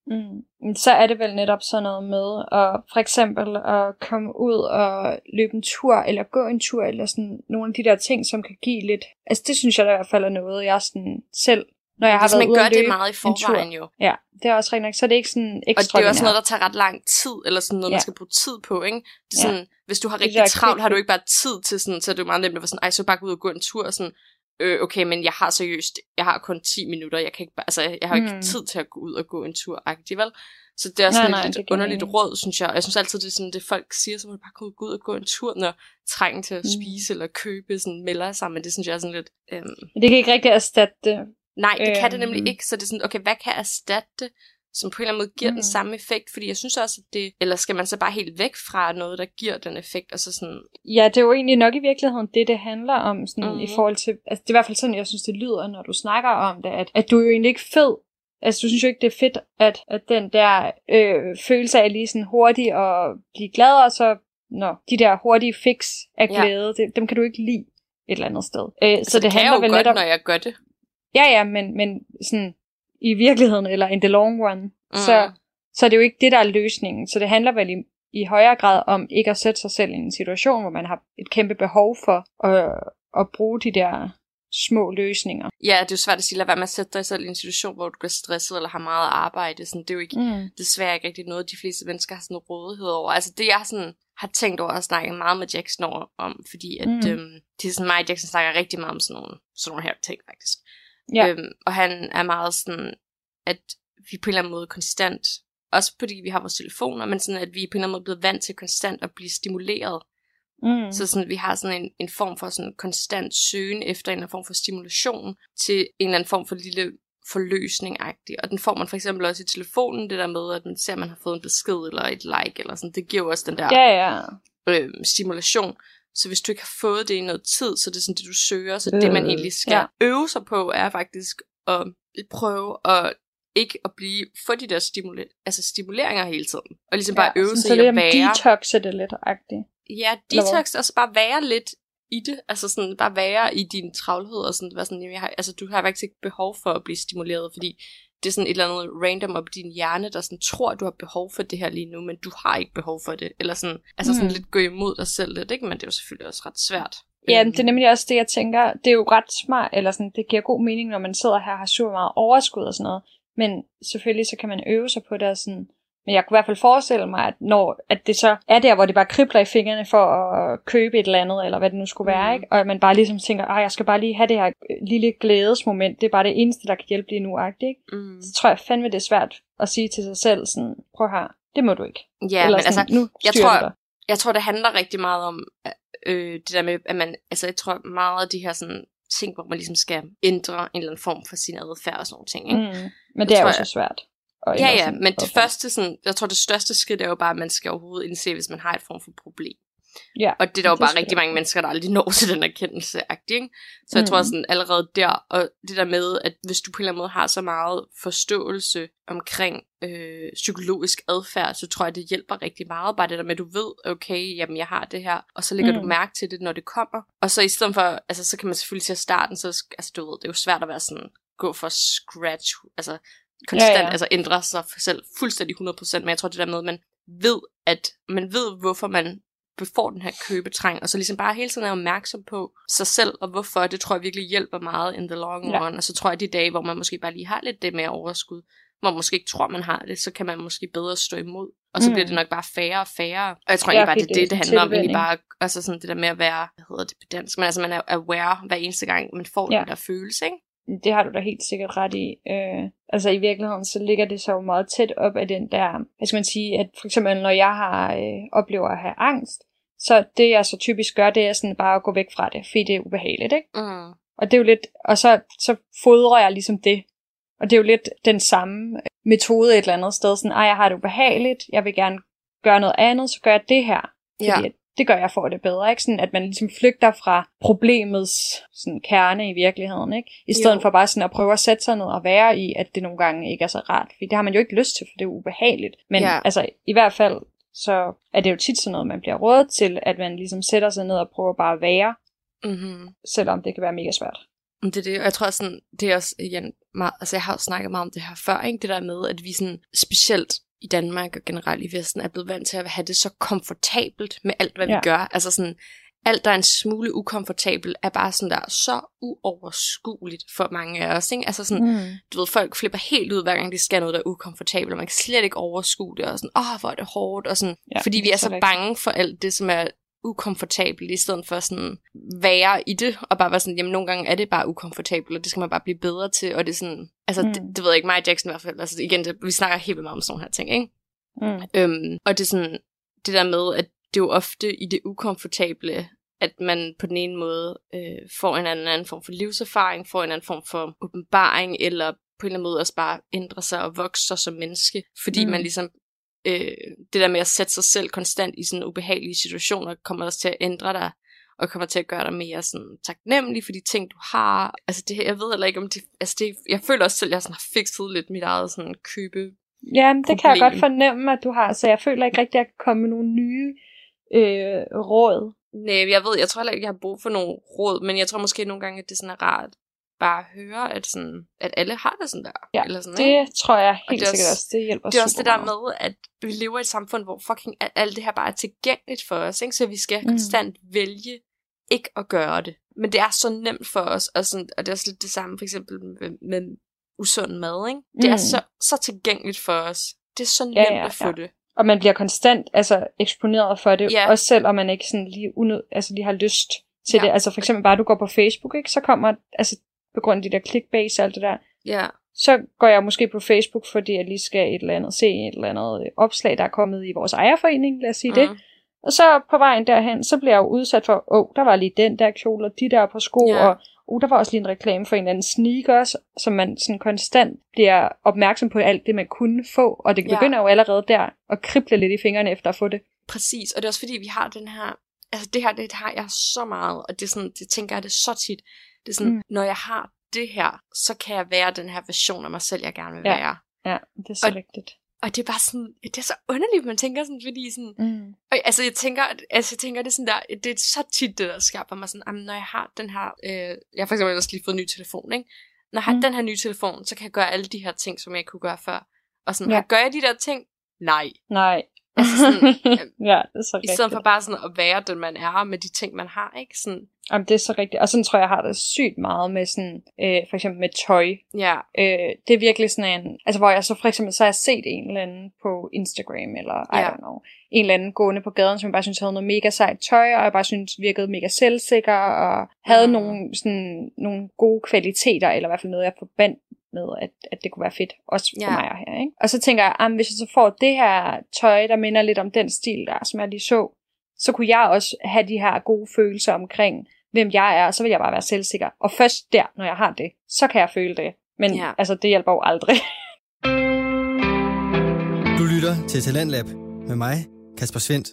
Mm. Så er det vel netop sådan noget med, at for eksempel at komme ud og løbe en tur, eller gå en tur, eller sådan nogle af de der ting, som kan give lidt. Altså, det synes jeg da i hvert fald er noget, jeg sådan selv, når jeg har hvis været ude gør at løbe det meget i forvejen jo. Ja, det er også rigtig nok. Så er det ikke sådan ekstra. Og det er også noget, der tager ret lang tid, eller sådan noget, ja. Man skal bruge tid på, ikke? Det er sådan, ja. Hvis du har rigtig travlt, har du ikke bare tid til sådan, så er det jo meget nemt at være sådan, ej, så bare gå ud og gå en tur, og sådan, øh, okay, men jeg har seriøst, jeg har kun ti minutter, jeg kan ikke bare, altså, jeg har ikke mm. tid til at gå ud og gå en tur, vel? Så det er sådan nej, nej, et underligt råd, synes jeg. Og jeg synes altid, det er sådan, det folk siger, så må du bare gå ud og gå en tur, når trængen til at spise mm. eller købe sådan melder sig, men det synes jeg er sådan lidt... Øhm... Det kan ikke rigtig erstatte det. Nej, det øhm... kan det nemlig ikke, så det er sådan, okay, hvad kan erstatte det, som på en eller anden måde giver mm. den samme effekt? Fordi jeg synes også, at det... Eller skal man så bare helt væk fra noget, der giver den effekt, og så sådan... Ja, det er jo egentlig nok i virkeligheden det, det handler om, sådan mm. i forhold til... Altså, det er i hvert fald sådan, jeg synes, det lyder, når du snakker om det, at, at du er jo egentlig ikke fed. Altså, du synes jo ikke, det er fedt, at, at den der øh, følelse af lige sådan hurtigt og blive glad, og så, nå, de der hurtige fix af glæde, ja. det, dem kan du ikke lide et eller andet sted. Øh, altså, så det, det handler jo vel godt, om, når jeg gør det. Ja, ja, men, men sådan i virkeligheden, eller in the long run, mm. så, så er det jo ikke det, der er løsningen. Så det handler vel i, i højere grad om ikke at sætte sig selv i en situation, hvor man har et kæmpe behov for at, at bruge de der... små løsninger. Ja, det er jo svært at sige, lad være med at sætte dig selv i en situation, hvor du bliver stresset eller har meget arbejde. Sådan, det er jo ikke, mm. desværre ikke rigtig noget, de fleste mennesker har sådan en rådighed over. Altså det, jeg sådan, har tænkt over at snakke meget med Jackson over, om, fordi at, mm. øhm, det er sådan mig og Jackson snakker rigtig meget om sådan nogle, sådan nogle her ting, faktisk. Ja. Øhm, og han er meget sådan, at vi på en eller anden måde konstant, også fordi vi har vores telefoner, men sådan, at vi på en eller anden måde er blevet vant til konstant at blive stimuleret. Mm. Så sådan, vi har sådan en, en form for sådan konstant søgen efter en eller anden form for stimulation til en eller anden form for lille forløsning-agtig. Og den får man for eksempel også i telefonen, det der med, at man ser, at man har fået en besked eller et like, eller sådan. Det giver jo også den der ja, ja. Øh, stimulation. Så hvis du ikke har fået det i noget tid, så det er sådan det, du søger. Så øh, det, man egentlig skal ja. øve sig på, er faktisk at prøve at ikke at blive få de der stimula- altså stimuleringer hele tiden. Og ligesom ja, bare øve sig i at være. Så detoxe det lidt agtigt. Ja, detox, og så bare være lidt i det, altså sådan bare være i din travlhed, og sådan, være sådan, jeg har, altså du har faktisk ikke behov for at blive stimuleret, fordi det er sådan et eller andet random op i din hjerne, der sådan tror, du har behov for det her lige nu, men du har ikke behov for det, eller sådan, altså sådan mm. lidt gå imod dig selv lidt, ikke? Men det er jo selvfølgelig også ret svært. Ja, det er nemlig også det, jeg tænker, det er jo ret smart, eller sådan, det giver god mening, når man sidder her og har super meget overskud og sådan noget, men selvfølgelig så kan man øve sig på det, og sådan, men jeg kunne i hvert fald forestille mig, at når at det så er der, hvor det bare kribler i fingrene for at købe et eller andet, eller hvad det nu skulle være, mm. ikke? Og man bare ligesom tænker, at jeg skal bare lige have det her lille glædesmoment, det er bare det eneste, der kan hjælpe lige nu, ikke? Mm. Så tror jeg fandme, det er svært at sige til sig selv, sådan, prøv her, det må du ikke. Ja, eller men sådan, altså, nu jeg tror, jeg tror, det handler rigtig meget om øh, det der med, at man, altså jeg tror meget af de her sådan ting, hvor man ligesom skal ændre en eller anden form for sin adfærd og sådan nogle ting, ikke? Mm. Men det jeg er tror, jo så svært. Ja, ja, men det første, sådan, jeg tror det største skridt er jo bare, at man skal overhovedet indse, hvis man har et form for problem. Ja, og det er der jo bare rigtig mange mennesker, der aldrig når til den erkendelse, ikke? Så jeg mm. tror sådan allerede der, og det der med, at hvis du på en eller anden måde har så meget forståelse omkring øh, psykologisk adfærd, så tror jeg, det hjælper rigtig meget. Bare det der med, at du ved, okay, jamen jeg har det her, og så lægger mm. du mærke til det, når det kommer. Og så i stedet for, altså så kan man selvfølgelig til at starten, så altså du ved, det er jo svært at være sådan, gå for scratch, altså konstant Ja, ja. altså ændrer sig selv fuldstændig hundrede procent, men jeg tror det der med, at man ved, at man ved, hvorfor man får den her købetræng, og så ligesom bare hele tiden er opmærksom på sig selv, og hvorfor, det tror jeg virkelig hjælper meget in the long Ja. run, og så tror jeg, at de dage, hvor man måske bare lige har lidt det mere overskud, hvor man måske ikke tror, man har det, så kan man måske bedre stå imod, og så mm. bliver det nok bare færre og færre, og jeg tror Ja, egentlig bare, fordi det er det, det er det handler om, tilvænning. egentlig bare, altså sådan det der med at være, hvad hedder det på dansk, men altså man er aware hver eneste gang, man får Ja. den der følelse, ikke? Det har du da helt sikkert ret i. Øh, altså i virkeligheden, så ligger det så meget tæt op af den der, hvad skal man sige, at for eksempel når jeg har øh, oplever at have angst, så det jeg så typisk gør, det er sådan bare at gå væk fra det, fordi det er ubehageligt, ikke? Mm. Og det er jo lidt, og så, så fodrer jeg ligesom det. Og det er jo lidt den samme metode et eller andet sted, sådan, ej, jeg har det ubehageligt, jeg vil gerne gøre noget andet, så gør jeg det her. Fordi Ja. det gør jeg for det bedre, ikke? Sådan, at man ligesom flygter fra problemets sådan, kerne i virkeligheden, ikke? I stedet Jo. for bare sådan at prøve at sætte sig ned og være i, at det nogle gange ikke er så rart. For det har man jo ikke lyst til, for det er ubehageligt. Men Ja. altså, i hvert fald, så er det jo tit sådan noget, man bliver rådet til, at man ligesom sætter sig ned og prøver bare at være, Mm-hmm. selvom det kan være mega svært. Det er det, og jeg tror sådan, det er også igen, meget, altså jeg har jo snakket meget om det her før, ikke? Det der med, at vi sådan, specielt i Danmark og generelt i Vesten, er blevet vant til at have det så komfortabelt med alt, hvad ja. Ja. vi gør. Altså sådan, alt der er en smule ukomfortabelt, er bare sådan der så uoverskueligt for mange af os, ikke? Altså sådan, Mm. du ved, folk flipper helt ud, hver gang de skal noget, der er ukomfortabelt, og man kan slet ikke overskue det, og sådan, åh, hvor er det hårdt, og sådan, Ja, fordi vi det er er så så rigtigt. bange for alt det, som er ukomfortabelt, i stedet for sådan være i det, og bare være sådan, jamen nogle gange er det bare ukomfortabelt, og det skal man bare blive bedre til, og det er sådan, altså mm. det, det ved jeg ikke, mig og Jackson i hvert fald, altså igen, det, vi snakker helt vildt meget om sådan nogle her ting, ikke? Mm. Øhm, og det er sådan, det der med, at det er jo ofte i det ukomfortable, at man på den ene måde øh, får en anden, anden form for livserfaring, får en anden form for åbenbaring, eller på en eller anden måde også bare ændre sig og vokse sig som menneske, fordi mm. man ligesom Øh, det der med at sætte sig selv konstant i sådan ubehagelige situationer, kommer også til at ændre dig, og kommer til at gøre dig mere sådan taknemmelig for de ting, du har. Altså det, jeg ved heller ikke, om det, altså det, jeg føler også selv, at jeg sådan har fikset lidt mit eget sådan købe. Ja, det problem. kan jeg godt fornemme, at du har, så jeg føler ikke rigtig, at jeg kan komme med nogle nye øh, råd. Nej, jeg ved, jeg tror heller ikke, jeg har brug for nogle råd, men jeg tror måske nogle gange, at det sådan er rart bare at høre, at, sådan, at alle har det sådan der. Ja, eller sådan, det ikke? tror jeg helt det er sikkert også- også, det hjælper Det er også det der supermeget. med, at vi lever i et samfund, hvor fucking al- alt det her bare er tilgængeligt for os, ikke? Så vi skal Mm. konstant vælge ikke at gøre det. Men det er så nemt for os, og, sådan, og det er også lidt det samme for eksempel med, med usund mad, ikke? Det Mm. er så, så tilgængeligt for os. Det er så nemt Ja, ja, at få ja. det. Og man bliver konstant altså, eksponeret for det, Ja. også selvom man ikke sådan lige, unød, altså, lige har lyst til Ja. det. Altså for eksempel bare, du går på Facebook, ikke? Så kommer, altså på grund af de der clickbait og alt det der, Ja, så går jeg måske på Facebook, fordi jeg lige skal et eller andet, se et eller andet øh, opslag, der er kommet i vores ejerforening, lad os sige mm. det. Og så på vejen derhen, så bliver jeg jo udsat for, åh, oh, der var lige den der kjole, og de der på sko, Ja. og oh, der var også lige en reklame for en eller anden sneakers, som man sådan konstant bliver opmærksom på alt det, man kunne få, og det Ja. begynder jo allerede der at krible lidt i fingrene efter at få det. præcis. Og det er også fordi, vi har den her, altså det her, det har jeg så meget, og det er sådan, det tænker jeg, det er så tit. Det er sådan, mm. når jeg har det her, så kan jeg være den her version af mig selv, jeg gerne vil Ja. være. Ja, det er så Og- rigtigt. Og det er bare sådan, det er så underligt, man tænker sådan, fordi sådan, Mm. og, altså jeg tænker, altså jeg tænker, det er sådan der, det er så tit det, der sker for mig sådan, når jeg har den her, øh, jeg har for eksempel også lige fået en ny telefon, ikke? Når jeg har Mm. den her nye telefon, så kan jeg gøre alle de her ting, som jeg ikke kunne gøre før. Og sådan, Ja. ja. gør jeg de der ting? Nej. Nej. Altså sådan, ja, det er så I rigtigt. stedet for bare sådan at være den, man er, med de ting, man har, ikke? Sådan, Jamen, det er så rigtigt. Og sådan tror jeg, jeg har det sygt meget med sådan, øh, for eksempel med tøj. ja, Øh, det er virkelig sådan en, altså hvor jeg så for eksempel, så har jeg set en eller anden på Instagram, eller I Ja. don't know, en eller anden gående på gaden, som jeg bare synes havde noget mega sejt tøj, og jeg bare synes virkede mega selvsikker, og havde Mhm. nogle, sådan, nogle gode kvaliteter, eller i hvert fald noget, jeg forbandt med, at, at det kunne være fedt, også for Ja. mig her, ikke? Og så tænker jeg, ah, hvis jeg så får det her tøj, der minder lidt om den stil der, som jeg lige så, så kunne jeg også have de her gode følelser omkring, hvem jeg er, og så vil jeg bare være selvsikker. Og først der, når jeg har det, så kan jeg føle det. Men Ja. altså, det hjælper jo aldrig. Du lytter til Talentlab med mig, Kasper Svendt.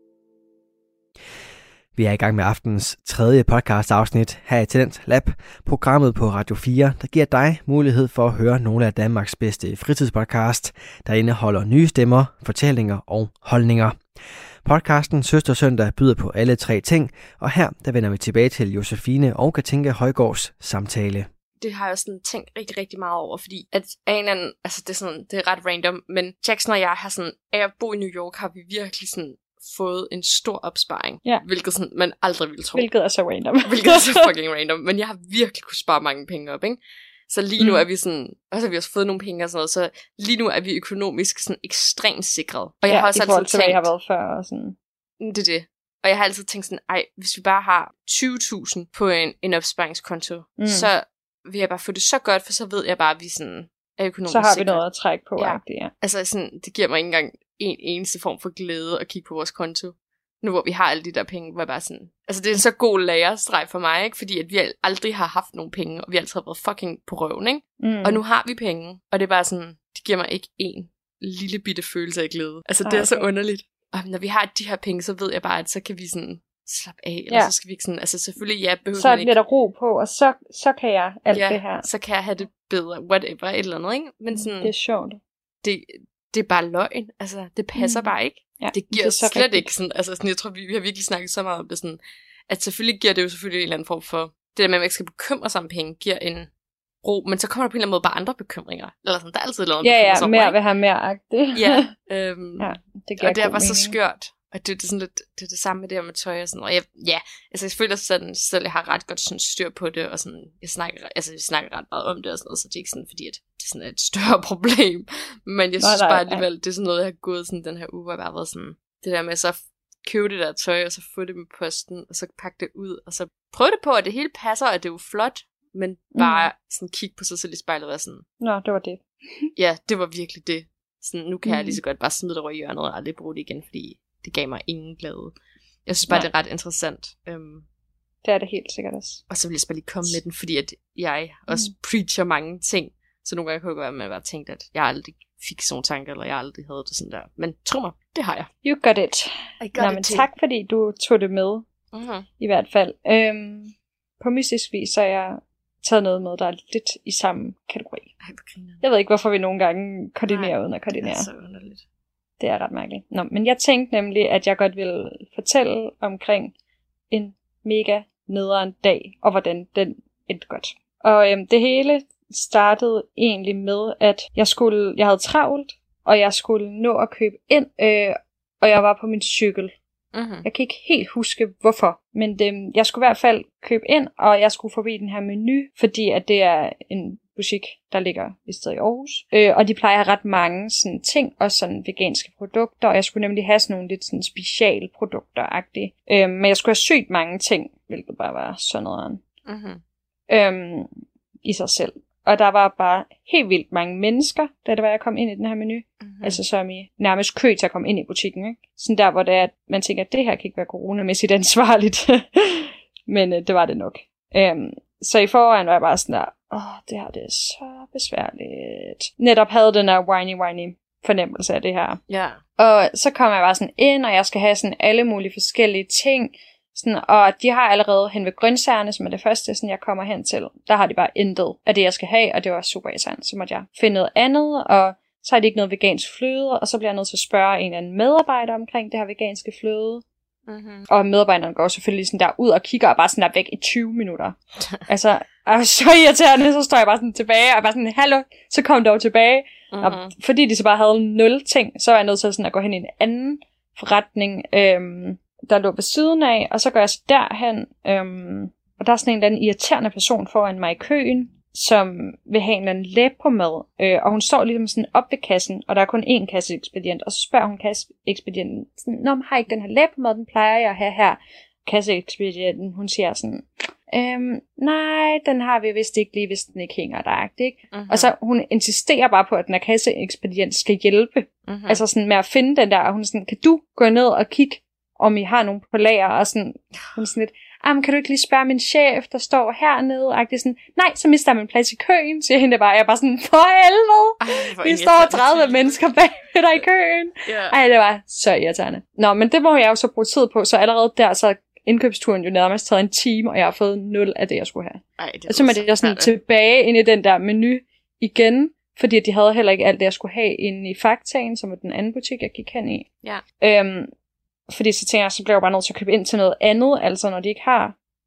Vi er i gang med aftenens tredje podcast afsnit her i Talent Lab, programmet på Radio fire, der giver dig mulighed for at høre nogle af Danmarks bedste fritidspodcast, der indeholder nye stemmer, fortællinger og holdninger. Podcasten Søster Søndag byder på alle tre ting, og her der vender vi tilbage til Josefine og Katinka Højgaards samtale. det har jeg sådan tænkt rigtig, rigtig meget over, fordi at af en eller anden, altså det er sådan, det er ret random, men Jackson og jeg har sådan, af at bo i New York, har vi virkelig sådan fået en stor opsparing, ja. hvilket sådan, man aldrig ville tro. Hvilket er så random. Hvilket er så fucking random, men jeg har virkelig kunne spare mange penge op, ikke? Så lige nu mm. er vi sådan, og så har vi også fået nogle penge og sådan noget, så lige nu er vi økonomisk sådan ekstremt sikret. Og jeg ja, har også altid tænkt, hvad jeg har været før og sådan. Det er det. Og jeg har altid tænkt sådan, ej, hvis vi bare har tyve tusind på en, en opsparingskonto, mm. så vil jeg bare få det så godt, for så ved jeg bare, at vi sådan er økonomisk så har vi sikret. noget at trække på. Ja. Agtigt, ja. Altså sådan, det giver mig ikke engang en eneste form for glæde at kigge på vores konto. Nu hvor vi har alle de der penge, hvor jeg bare sådan... Altså det er en så god lagerstreg for mig, ikke? Fordi at vi aldrig har haft nogen penge, og vi altid har været fucking på røven, ikke? Mm. Og nu har vi penge, og det er bare sådan... Det giver mig ikke en lille bitte følelse af glæde. Altså det okay. er så underligt. Og når vi har de her penge, så ved jeg bare, at så kan vi sådan slappe af. Eller ja. Så skal vi ikke sådan... Altså selvfølgelig, ja, behøver så man ikke... Så bliver der ro på, og så, så kan jeg alt ja, det her. så kan jeg have det bedre. Whatever, et eller andet, ikke? Men sådan... Det er sjovt. Det, det er bare løgn. Altså, det passer mm. bare ikke. Ja, det giver det slet rigtigt. Ikke sådan, altså sådan, jeg tror, vi, vi har virkelig snakket så meget om det sådan, at selvfølgelig giver det jo selvfølgelig en eller anden form for, det der med, at man ikke skal bekymre sig om penge, giver en ro, men så kommer der på en eller anden måde bare andre bekymringer, eller sådan, der er altid noget ja, ja, mere vil have mere-agtigt. ja, øhm, ja, det giver og det er bare mening. Så skørt, og det, det er sådan lidt, det er det samme med det her med tøj og sådan, og jeg, ja, altså jeg føler sådan, selv jeg har ret godt sådan styr på det, og sådan, jeg snakker, altså jeg snakker ret meget om det og sådan noget, så det er ikke sådan, fordi at det er sådan et større problem, men jeg synes nej, nej, bare alligevel, nej. Det er sådan noget, jeg har gået sådan den her uge, hvor jeg bare har været sådan, det der med så købe det der tøj, og så få det med posten, og så pakke det ud, og så prøve det på, at det hele passer, og det er jo flot, men bare mm. sådan kigge på sig selv i spejlet og være sådan... Nå, det var det. Ja, det var virkelig det. Sådan, nu kan mm. jeg lige så godt bare smide det over i hjørnet og aldrig bruge det igen, fordi det gav mig ingen glæde. Jeg synes bare, nej. Det er ret interessant. Um, det er det helt sikkert også. Og så vil jeg bare lige komme med den, fordi at jeg også mm. preacher mange ting, så nogle gange kunne det være, at man bare tænkte, at jeg aldrig fik sådan nogle tanker, eller jeg aldrig havde det sådan der. Men tro mig, det har jeg. You got it. I got Nå, it men too. tak, fordi du tog det med. Uh-huh. I hvert fald. Øhm, på mystisk vis, så har jeg taget noget med, der er lidt i samme kategori. Ej, hvor griner. Jeg ved ikke, hvorfor vi nogle gange koordinerer uden at koordinere. Det er så underligt. Det er ret mærkeligt. Nå, men jeg tænkte nemlig, at jeg godt ville fortælle omkring en mega nederen dag, og hvordan den endte godt. Og øhm, det hele startede egentlig med, at jeg skulle, jeg havde travlt, og jeg skulle nå at købe ind, øh, og jeg var på min cykel. Uh-huh. Jeg kan ikke helt huske, hvorfor, men det, jeg skulle i hvert fald købe ind, og jeg skulle forbi den her menu, fordi at det er en butik, der ligger et sted i Aarhus. Øh, og de plejer at have ret mange sådan ting, også sådan veganske produkter, og jeg skulle nemlig have sådan nogle lidt sådan specialprodukter-agtige. Øh, men jeg skulle have sygt mange ting, hvilket bare var sådan noget uh-huh. øh, i sig selv. Og der var bare helt vildt mange mennesker, da det var, jeg kom ind i den her menu. Mm-hmm. Altså som i nærmest kø til at komme ind i butikken. Ikke? Sådan der, hvor det er, at man tænker, at det her kan ikke være coronamæssigt ansvarligt. Men øh, det var det nok. Øhm, så i forvejen var jeg bare sådan der, åh, det her det er så besværligt. Netop havde den der whiny whiny fornemmelse af det her. Ja. Og så kom jeg bare sådan ind, og jeg skal have sådan alle mulige forskellige ting. Sådan, og de har allerede hen ved grøntsagerne, som er det første, sådan, jeg kommer hen til. Der har de bare intet af det, jeg skal have, og det var super irriterende. Så måtte jeg finde noget andet, og så har de ikke noget vegansk fløde, og så bliver jeg nødt til at spørge en eller anden medarbejder omkring det her veganske fløde. Mm-hmm. Og medarbejderen går selvfølgelig sådan der ud og kigger og bare sådan der væk i tyve minutter. Altså, jeg var så irriterende, så står jeg bare sådan tilbage, og bare sådan, hallo, så kom dog tilbage. Mm-hmm. Og fordi de så bare havde nul ting, så var jeg nødt til sådan at gå hen i en anden forretning, øhm, der lå ved siden af, og så går jeg så derhen, øhm, og der er sådan en eller anden irriterende person foran mig i køen, som vil have en eller anden læbepomade, øh, og hun står ligesom sådan op ved kassen, og der er kun én kasseekspedient, og så spørger hun kasseekspedienten, sådan, nå, har I ikke den her læbepomade, den plejer jeg at have her. Kasseekspedienten, hun siger sådan, øhm, nej, den har vi vist ikke lige, hvis den ikke hænger der, ikke? Uh-huh. Og så hun insisterer bare på, at den her kasseekspedient skal hjælpe, uh-huh. altså sådan med at finde den der, og hun er sådan, kan du gå ned og kigge, om I har nogen på lager, og sådan, hun er sådan lidt, ah, kan du ikke lige spørge min chef, der står hernede, og det er sådan, nej, så mister jeg min plads i køen, siger hende bare, jeg er bare sådan, for helvede, Ej, vi står tredive mennesker bag dig i køen, yeah. Ej, det var så irriterende. Nå, men det må jeg jo så bruge tid på, så allerede der, så indkøbsturen jo nærmest taget en time, og jeg har fået nul af det, jeg skulle have. Ej, og så måtte jeg sådan tilbage ind i den der menu igen, fordi de havde heller ikke alt det, jeg skulle have inde i Faktaen, som var den anden butik, jeg gik hen i. Ja. Øhm, Fordi så tænker jeg, så bliver jeg bare nødt til at købe ind til noget andet, altså når de ikke har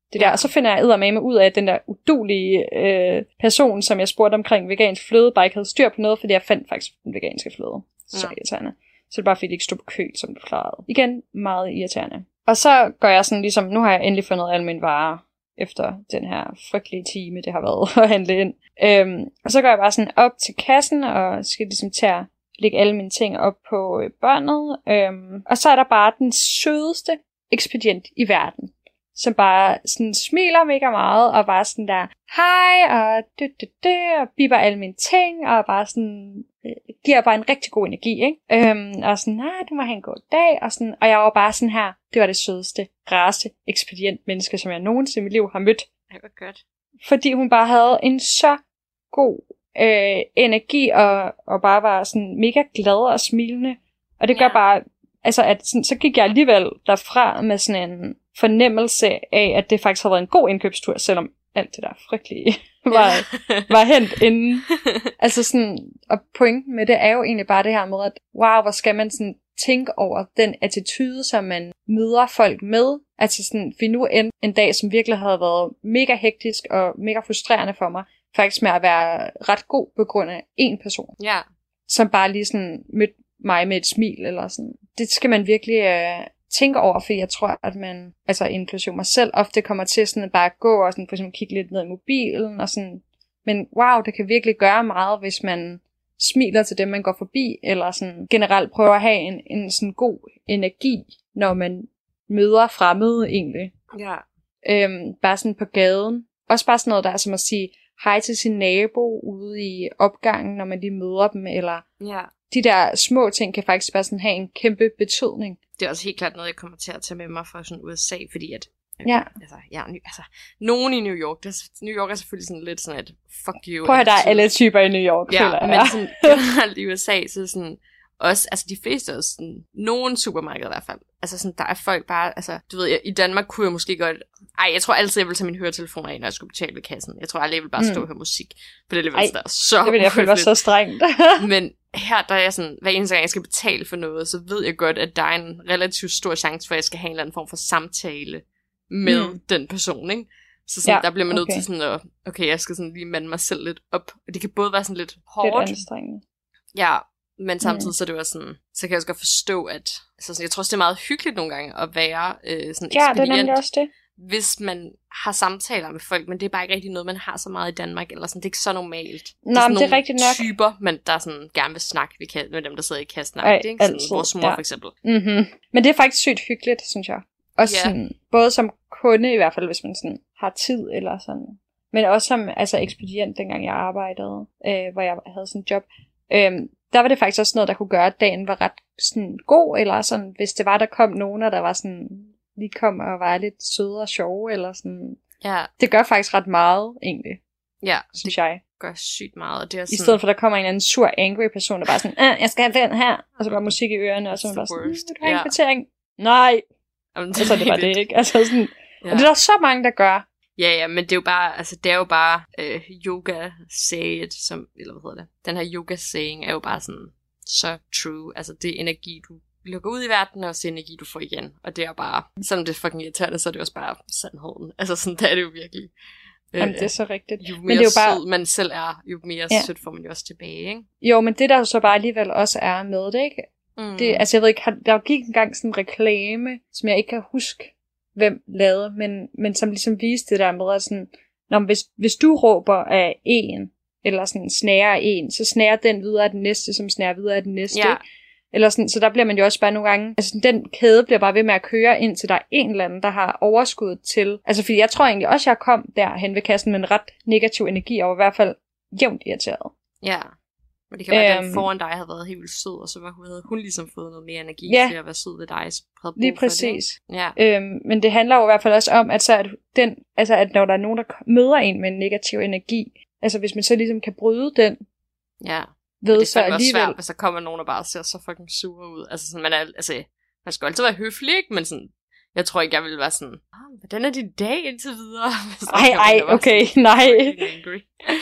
det der. Og så finder jeg eddermame ud af, at den der udulige øh, person, som jeg spurgte omkring vegansk fløde, bare ikke havde styr på noget, fordi jeg fandt faktisk den veganske fløde. Så ja. Irriterende. Så det er bare fordi, det ikke stod på køl, som du klarede. Igen, meget irriterende. Og så gør jeg sådan ligesom, nu har jeg endelig fundet alle mine varer, efter den her frygtelige time, det har været at handle ind. Øhm, og så går jeg bare sådan op til kassen, og skal ligesom til at lægge alle mine ting op på øh, båndet. Øhm, og så er der bare den sødeste ekspedient i verden, som bare sådan smiler mega meget, og bare sådan der, hej, og dø, dø, dø, og bipper alle mine ting, og bare sådan, øh, giver bare en rigtig god energi, ikke? Øhm, og sådan, nej, du må have en god dag, og sådan, og jeg var bare sådan her, det var det sødeste, rareste ekspedient menneske, som jeg nogensinde i mit liv har mødt. Det var godt. Fordi hun bare havde en så god øh, energi, og, og bare var sådan mega glad og smilende, og det gør ja. bare, altså, at sådan, så gik jeg alligevel derfra med sådan en fornemmelse af, at det faktisk har været en god indkøbstur, selvom alt det der frygtelige var, var hent inden. Altså sådan, og pointen med det er jo egentlig bare det her med, at wow, hvor skal man sådan tænke over den attitude, som man møder folk med. Altså sådan, for nu en, en dag, som virkelig havde været mega hektisk og mega frustrerende for mig, faktisk med at være ret god på grund af en person. Ja. Som bare lige sådan mødte mig med et smil, eller sådan. Det skal man virkelig øh, tænke over, fordi jeg tror, at man, altså inklusion mig selv, ofte kommer til sådan at bare gå og sådan, for eksempel kigge lidt ned i mobilen, og sådan. Men wow, det kan virkelig gøre meget, hvis man smiler til dem, man går forbi, eller sådan generelt prøver at have en, en sådan god energi, når man møder fremmede egentlig. Ja. Øhm, bare sådan på gaden. Også bare sådan noget der, som at sige hej til sin nabo ude i opgangen, når man lige møder dem, eller ja. De der små ting kan faktisk bare sådan have en kæmpe betydning. Det er også helt klart noget, jeg kommer til at tage med mig fra sådan U S A, fordi at ja. Altså, ja, altså, nogen i New York, der, New York er selvfølgelig sådan lidt sådan et fuck you. Prøv at der er alle typer i New York, ja, føler jeg. men sådan generelt i U S A, så sådan, også, altså de fleste også sådan, nogen supermarkeder i hvert fald, altså sådan, der er folk bare, altså, du ved, jeg, i Danmark kunne jeg måske godt, ej, jeg tror altid, jeg ville tage mine høretelefoner ind, når jeg skulle betale ved kassen. Jeg tror aldrig, jeg ville bare stå og høre musik, for det er lidt der så det vil jeg føle var så strengt. Men her, der er jeg sådan, hver eneste gang, jeg skal betale for noget, så ved jeg godt, at der er en relativt stor chance for, at jeg skal have en eller anden form for samtale med mm. den person, ikke? Så sådan, ja, der bliver man nødt okay. til sådan at, okay, jeg skal sådan lige mande mig selv lidt op. Og det kan både være sådan lidt hårdt. Lidt anstrengende. Ja, men samtidig mm. så er det også sådan, så kan jeg også godt forstå, at altså sådan, jeg tror også, det er meget hyggeligt nogle gange at være øh, sådan ja, ekspedient. Ja, det er nemlig også det. Hvis man har samtaler med folk, men det er bare ikke rigtig noget, man har så meget i Danmark, eller sådan, det er ikke så normalt. Nå, det er, men det er rigtigt nok. Typer, men der sådan gerne vil snakke med dem, der sidder i kassen. Ej, ikke? Sådan, altid, vores mor ja. for eksempel. Mm-hmm. Men det er faktisk sygt hyggeligt, synes jeg. Også yeah. sådan, både som kunde i hvert fald, hvis man sådan har tid eller sådan. Men også som altså ekspedient, dengang jeg arbejdede, øh, hvor jeg havde sådan en job. Øh, der var det faktisk også noget, der kunne gøre, at dagen var ret sådan god, eller sådan, hvis det var, der kom nogen, og der var sådan, lige kom og var lidt søde og sjove, eller sådan. Ja. Det gør faktisk ret meget, egentlig. Ja, synes det jeg. gør sygt meget. Og det er sådan... I stedet for, at der kommer en eller anden sur, angry person, der bare sådan, øh, jeg skal have den her, og så bare musik i ørerne, og så er man bare sådan, vil du have en kvittering? Nej. Jamen, og så er det bare det, ikke? Altså sådan, ja. Og det er der så mange, der gør. Ja, ja, men det er jo bare, altså det er jo bare øh, yoga say it, som, eller hvad hedder det, den her yoga saying er jo bare sådan, så true, altså det er energi, du lukker ud i verden, og så energi, du får igen, og det er bare, selvom det er fucking irriterende, så er det også bare sandheden, altså sådan, der er det jo virkelig. Øh, Jamen det er så rigtigt. Jo mere men det er jo bare... sød man selv er, jo mere ja. sødt får man jo også tilbage, ikke? Jo, men det der så bare alligevel også er med det, ikke? Mm. Det, altså jeg ved ikke, der gik engang sådan en reklame, som jeg ikke kan huske, hvem lavede, men, men som ligesom viste det der med, at sådan, når, hvis, hvis du råber af en, eller sådan snærer af en, så snærer den videre af den næste, som snærer videre af den næste. Ja. Eller sådan, så der bliver man jo også bare nogle gange, altså den kæde bliver bare ved med at køre, indtil der er en eller anden, der har overskud til, altså fordi jeg tror egentlig også, jeg kom derhen ved kassen med en ret negativ energi, og i hvert fald jævnt irriteret. Ja. Men det kan være, at den øhm, foran dig havde været helt vildt sød, og så var, havde hun ligesom fået noget mere energi ja, til at være sød ved dig. Så lige præcis. Det. Ja. Øhm, men det handler jo i hvert fald også om, at, så at, den, altså at når der er nogen, der møder en med en negativ energi, altså hvis man så ligesom kan bryde den, ja. ved det så alligevel. Det er svært, hvis der kommer nogen, der bare ser så fucking sure ud. Altså sådan, man er, altså, man skal altid være høflig, ikke? Men sådan, jeg tror ikke, jeg ville være sådan, ah, hvordan er din dag indtil videre? Ej, ej, okay, sådan, nej.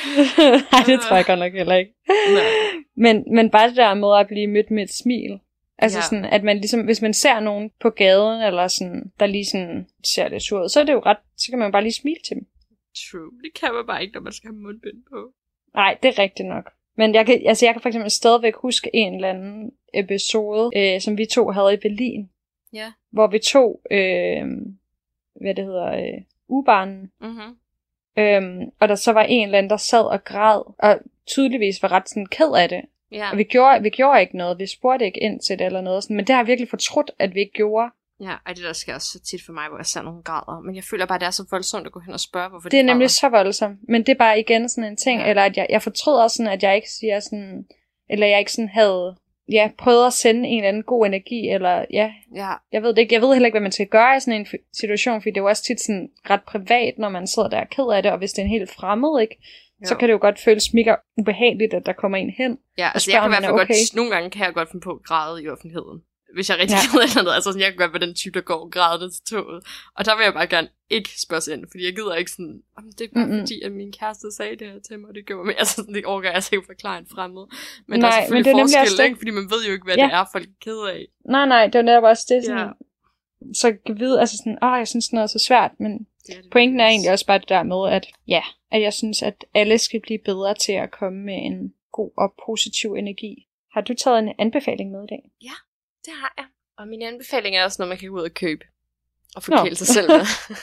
Nej, det tror jeg godt nok heller ikke. Men, men bare det der med at blive mødt med et smil, Altså Ja. sådan, at man ligesom, hvis man ser nogen på gaden, eller sådan, der lige sådan ser lidt sur ud, så er det jo ret, så kan man jo bare lige smile til dem. True. Det kan man bare ikke, når man skal have mundbind på. Nej, det er rigtigt nok. Men jeg kan, altså jeg kan for eksempel stadigvæk huske en eller anden episode, øh, som vi to havde i Berlin. Ja. Hvor vi tog, øh, hvad det hedder, øh, U-banen. Mhm. Øhm, og der så var en eller anden, der sad og græd, og tydeligvis var ret sådan ked af det. Ja. Og vi gjorde, vi gjorde ikke noget, vi spurgte ikke ind til det eller noget sådan, men det har jeg virkelig fortrudt, at vi ikke gjorde. Ja, ej, det der sker også så tit for mig, hvor jeg ser nogle grader. Men jeg føler bare, at det er så voldsomt at gå hen og spørge, hvorfor Det er de nemlig græder. så voldsomt, men det er bare igen sådan en ting, Ja. ja. Eller at jeg, jeg fortryder også sådan, at jeg ikke siger sådan, eller jeg ikke sådan havde, ja, prøvet at sende en eller anden god energi, eller ja, Ja, jeg ved det ikke, jeg ved heller ikke, hvad man skal gøre i sådan en f- situation, fordi det er jo også tit sådan ret privat, når man sidder der og er ked af det, og hvis det er en helt fremmed, ikke, så Jo. kan det jo godt føles mega ubehageligt, at der kommer en hen. ja altså spørger, jeg kan i om hvert man fald er godt, okay. nogle gange kan jeg godt finde på at græde i offentligheden. Hvis jeg er rigtig Ja. ked af eller noget. Altså sådan, jeg kan godt være den type, der går grædende til toget. Og der vil jeg bare gerne ikke spørge ind, fordi jeg gider ikke sådan, om det er bare Mm-mm. fordi, at min kæreste sagde det her til mig, og det gjorde mig. Altså sådan, det overgår jeg altså ikke at forklare en fremmed. Men der er Nej, men selvfølgelig det er nemlig også forskel, det. ikke? Fordi man ved jo ikke, hvad Ja. det er, folk er ked af. Nej, nej, det er jo netop også det, sådan, Ja. så kan vide, altså sådan, åh, jeg synes, sådan noget er så svært, men Det er det pointen er virkelig. egentlig også bare det der med, at ja, at jeg synes, at alle skal blive bedre til at komme med en god og positiv energi. Har du taget en anbefaling med i dag? Det har jeg. Og min anbefaling er også noget, man kan gå ud og købe. Og Nå. forkæle sig selv med.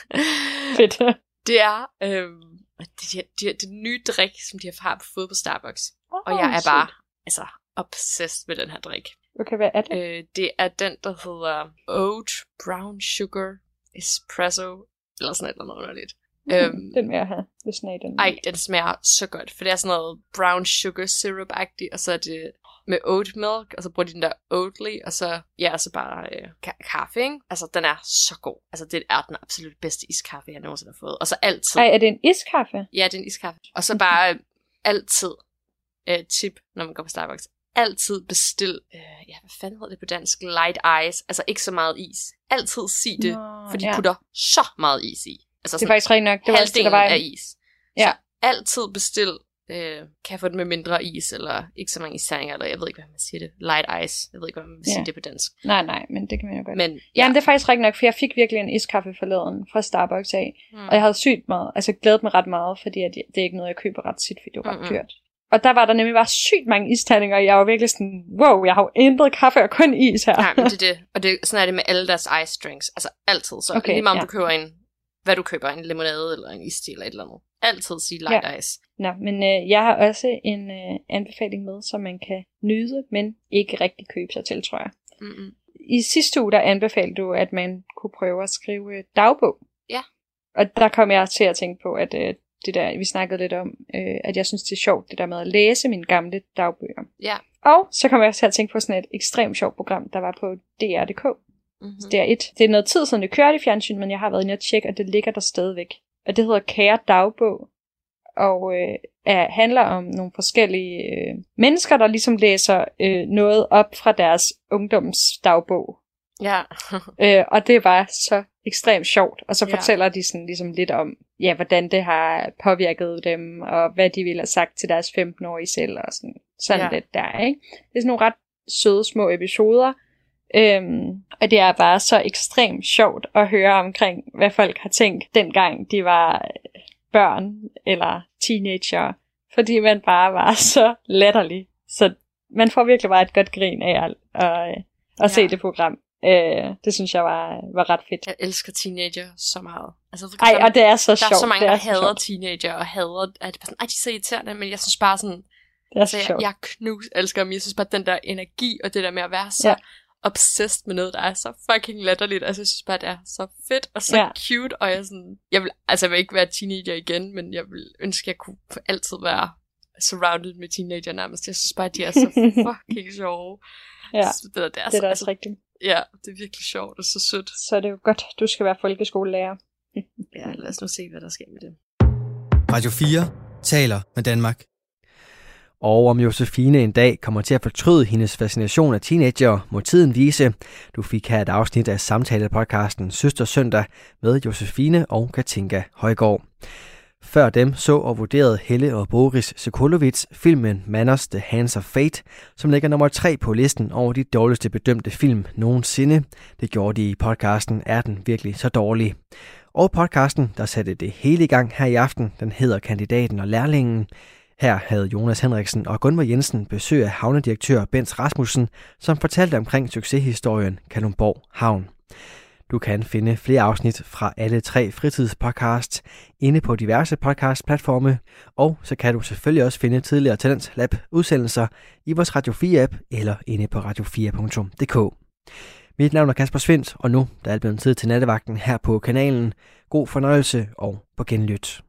Fedt. Det er øhm, det, det, det, det nye drik, som de har fået på Starbucks. Oh, Og jeg er bare altså obsessed med den her drik. Okay, hvad er det? Øh, det er den, der hedder Oat Brown Sugar Espresso. Eller sådan et eller andet underligt. Øhm, Den vil jeg have, hvis den er i den. ej, den smager så godt. For det er sådan noget brown sugar syrup-agtigt. Og så er det med oat milk. Og så bruger de den der Oatly. Og så, ja, og så bare øh, ka- kaffe, ikke? Altså, den er så god. Altså, det er den absolut bedste iskaffe, jeg nogensinde har fået. Og så altid. Ej, er det en iskaffe? Ja, det er en iskaffe. Og så bare øh, altid øh, tip, når man går på Starbucks. Altid bestil, øh, ja, hvad fanden hedder det på dansk? Light ice. Altså ikke så meget is. Altid sig det, Nå, for de ja. putter så meget is i. Altså Det er faktisk rigtigt nok. Det var også det, der halvdelen var af en... is. Ja. Så altid bestil, øh, kan jeg få det med mindre is, eller ikke så mange isteringer, eller jeg ved ikke, hvad man siger det. Light ice. Jeg ved ikke, hvad man vil sige Ja. det på dansk. Nej, nej, men det kan man jo godt. Men Ja, ja, men det er faktisk rigtigt nok, for jeg fik virkelig en iskaffe forleden fra Starbucks af. Mm. Og jeg havde sygt meget, altså glædet mig ret meget, fordi at det er ikke noget, jeg køber ret tit, fordi det er ret Mm-mm. dyrt. Og der var der nemlig bare sygt mange isterninger, og jeg var virkelig sådan, wow, jeg har jo intet kaffe og kun is her. nej, men det er det. Og det, sådan er det med alle deres ice drinks. Altså altid. Så Okay, lige meget om ja. du køber en, hvad du køber, en limonade eller en iste eller et eller andet. Altid sige light Ja. ice. Nå, men øh, jeg har også en øh, anbefaling med, som man kan nyde, men ikke rigtig købe sig til, tror jeg. Mm-mm. I sidste uge, der anbefalede du, at man kunne prøve at skrive øh, dagbog. Ja. Og der kom jeg til at tænke på, at øh, det der, vi snakkede lidt om, øh, at jeg synes, det er sjovt, det der med at læse mine gamle dagbøger. Ja. Og så kom jeg også til at tænke på sådan et ekstremt sjovt program, der var på D R punktum d k. Mm-hmm. D R et. Det er noget tid siden, det kørte i fjernsyn, men jeg har været inde og tjekke, og det ligger der stadigvæk. Og det hedder Kære Dagbog. Og øh, er, handler om nogle forskellige øh, mennesker, der ligesom læser øh, noget op fra deres ungdomsdagbog. Ja. Øh, og det var så ekstremt sjovt. Og så Ja. fortæller de sådan ligesom lidt om, ja, hvordan det har påvirket dem, og hvad de ville have sagt til deres femten-årige selv, og sådan, sådan Ja. lidt der, ikke? Det er sådan nogle ret søde små episoder. Øhm, og det er bare så ekstremt sjovt at høre omkring, hvad folk har tænkt, dengang de var børn eller teenager. Fordi man bare var så latterlig. Så man får virkelig bare et godt grin af at, at, at Ja. se det program. Øh, det synes jeg var, var ret fedt. Jeg elsker teenager så meget. Altså, for Ej, eksempel, og det er så der sjovt. er så mange, det der er så hader sjovt. teenager, og hader, at det er sådan, ej, de er så irriterende, men jeg synes bare sådan, Det er så så jeg, sjovt. jeg knus elsker dem. Jeg synes bare, den der energi, og det der med at være så Ja. obsessed med noget, der er så fucking latterligt. Altså, jeg synes bare, det er så fedt, og så Ja. cute, og jeg er sådan, jeg vil, altså, jeg vil ikke være teenager igen, men jeg vil ønske, at jeg kunne altid være surrounded med teenager nærmest. Jeg synes bare, de er så fucking sjove. Ja, Så det, der, det er, det så, er da altså, også rigtigt. ja, det er virkelig sjovt og så sødt. Så er det jo godt, du skal være folkeskolelærer. Ja, lad os nu se, hvad der sker med det. Radio fire taler med Danmark. Og om Josefine en dag kommer til at fortryde hendes fascination af teenager, må tiden vise. Du fik her et afsnit af samtalepodcasten Søster Søndag med Josefine og Katinka Højgaard. Før dem så og vurderede Helle og Boris Sokolovits filmen Manners The Hands of Fate, som ligger nummer tre på listen over de dårligste bedømte film nogensinde. Det gjorde de i podcasten Er den virkelig så dårlig? Og podcasten, der satte det hele i gang her i aften, den hedder Kandidaten og Lærlingen. Her havde Jonas Henriksen og Gunvor Jensen besøg af havnedirektør Bent Rasmussen, som fortalte omkring succeshistorien Kalundborg Havn. Du kan finde flere afsnit fra alle tre fritidspodcasts inde på diverse podcastplatforme, og så kan du selvfølgelig også finde tidligere Talent Lab udsendelser i vores Radio fire app eller inde på radio fire punktum d k. Mit navn er Kasper Svindt, og nu der er det blevet tid til nattevagten her på kanalen. God fornøjelse og på genlyt.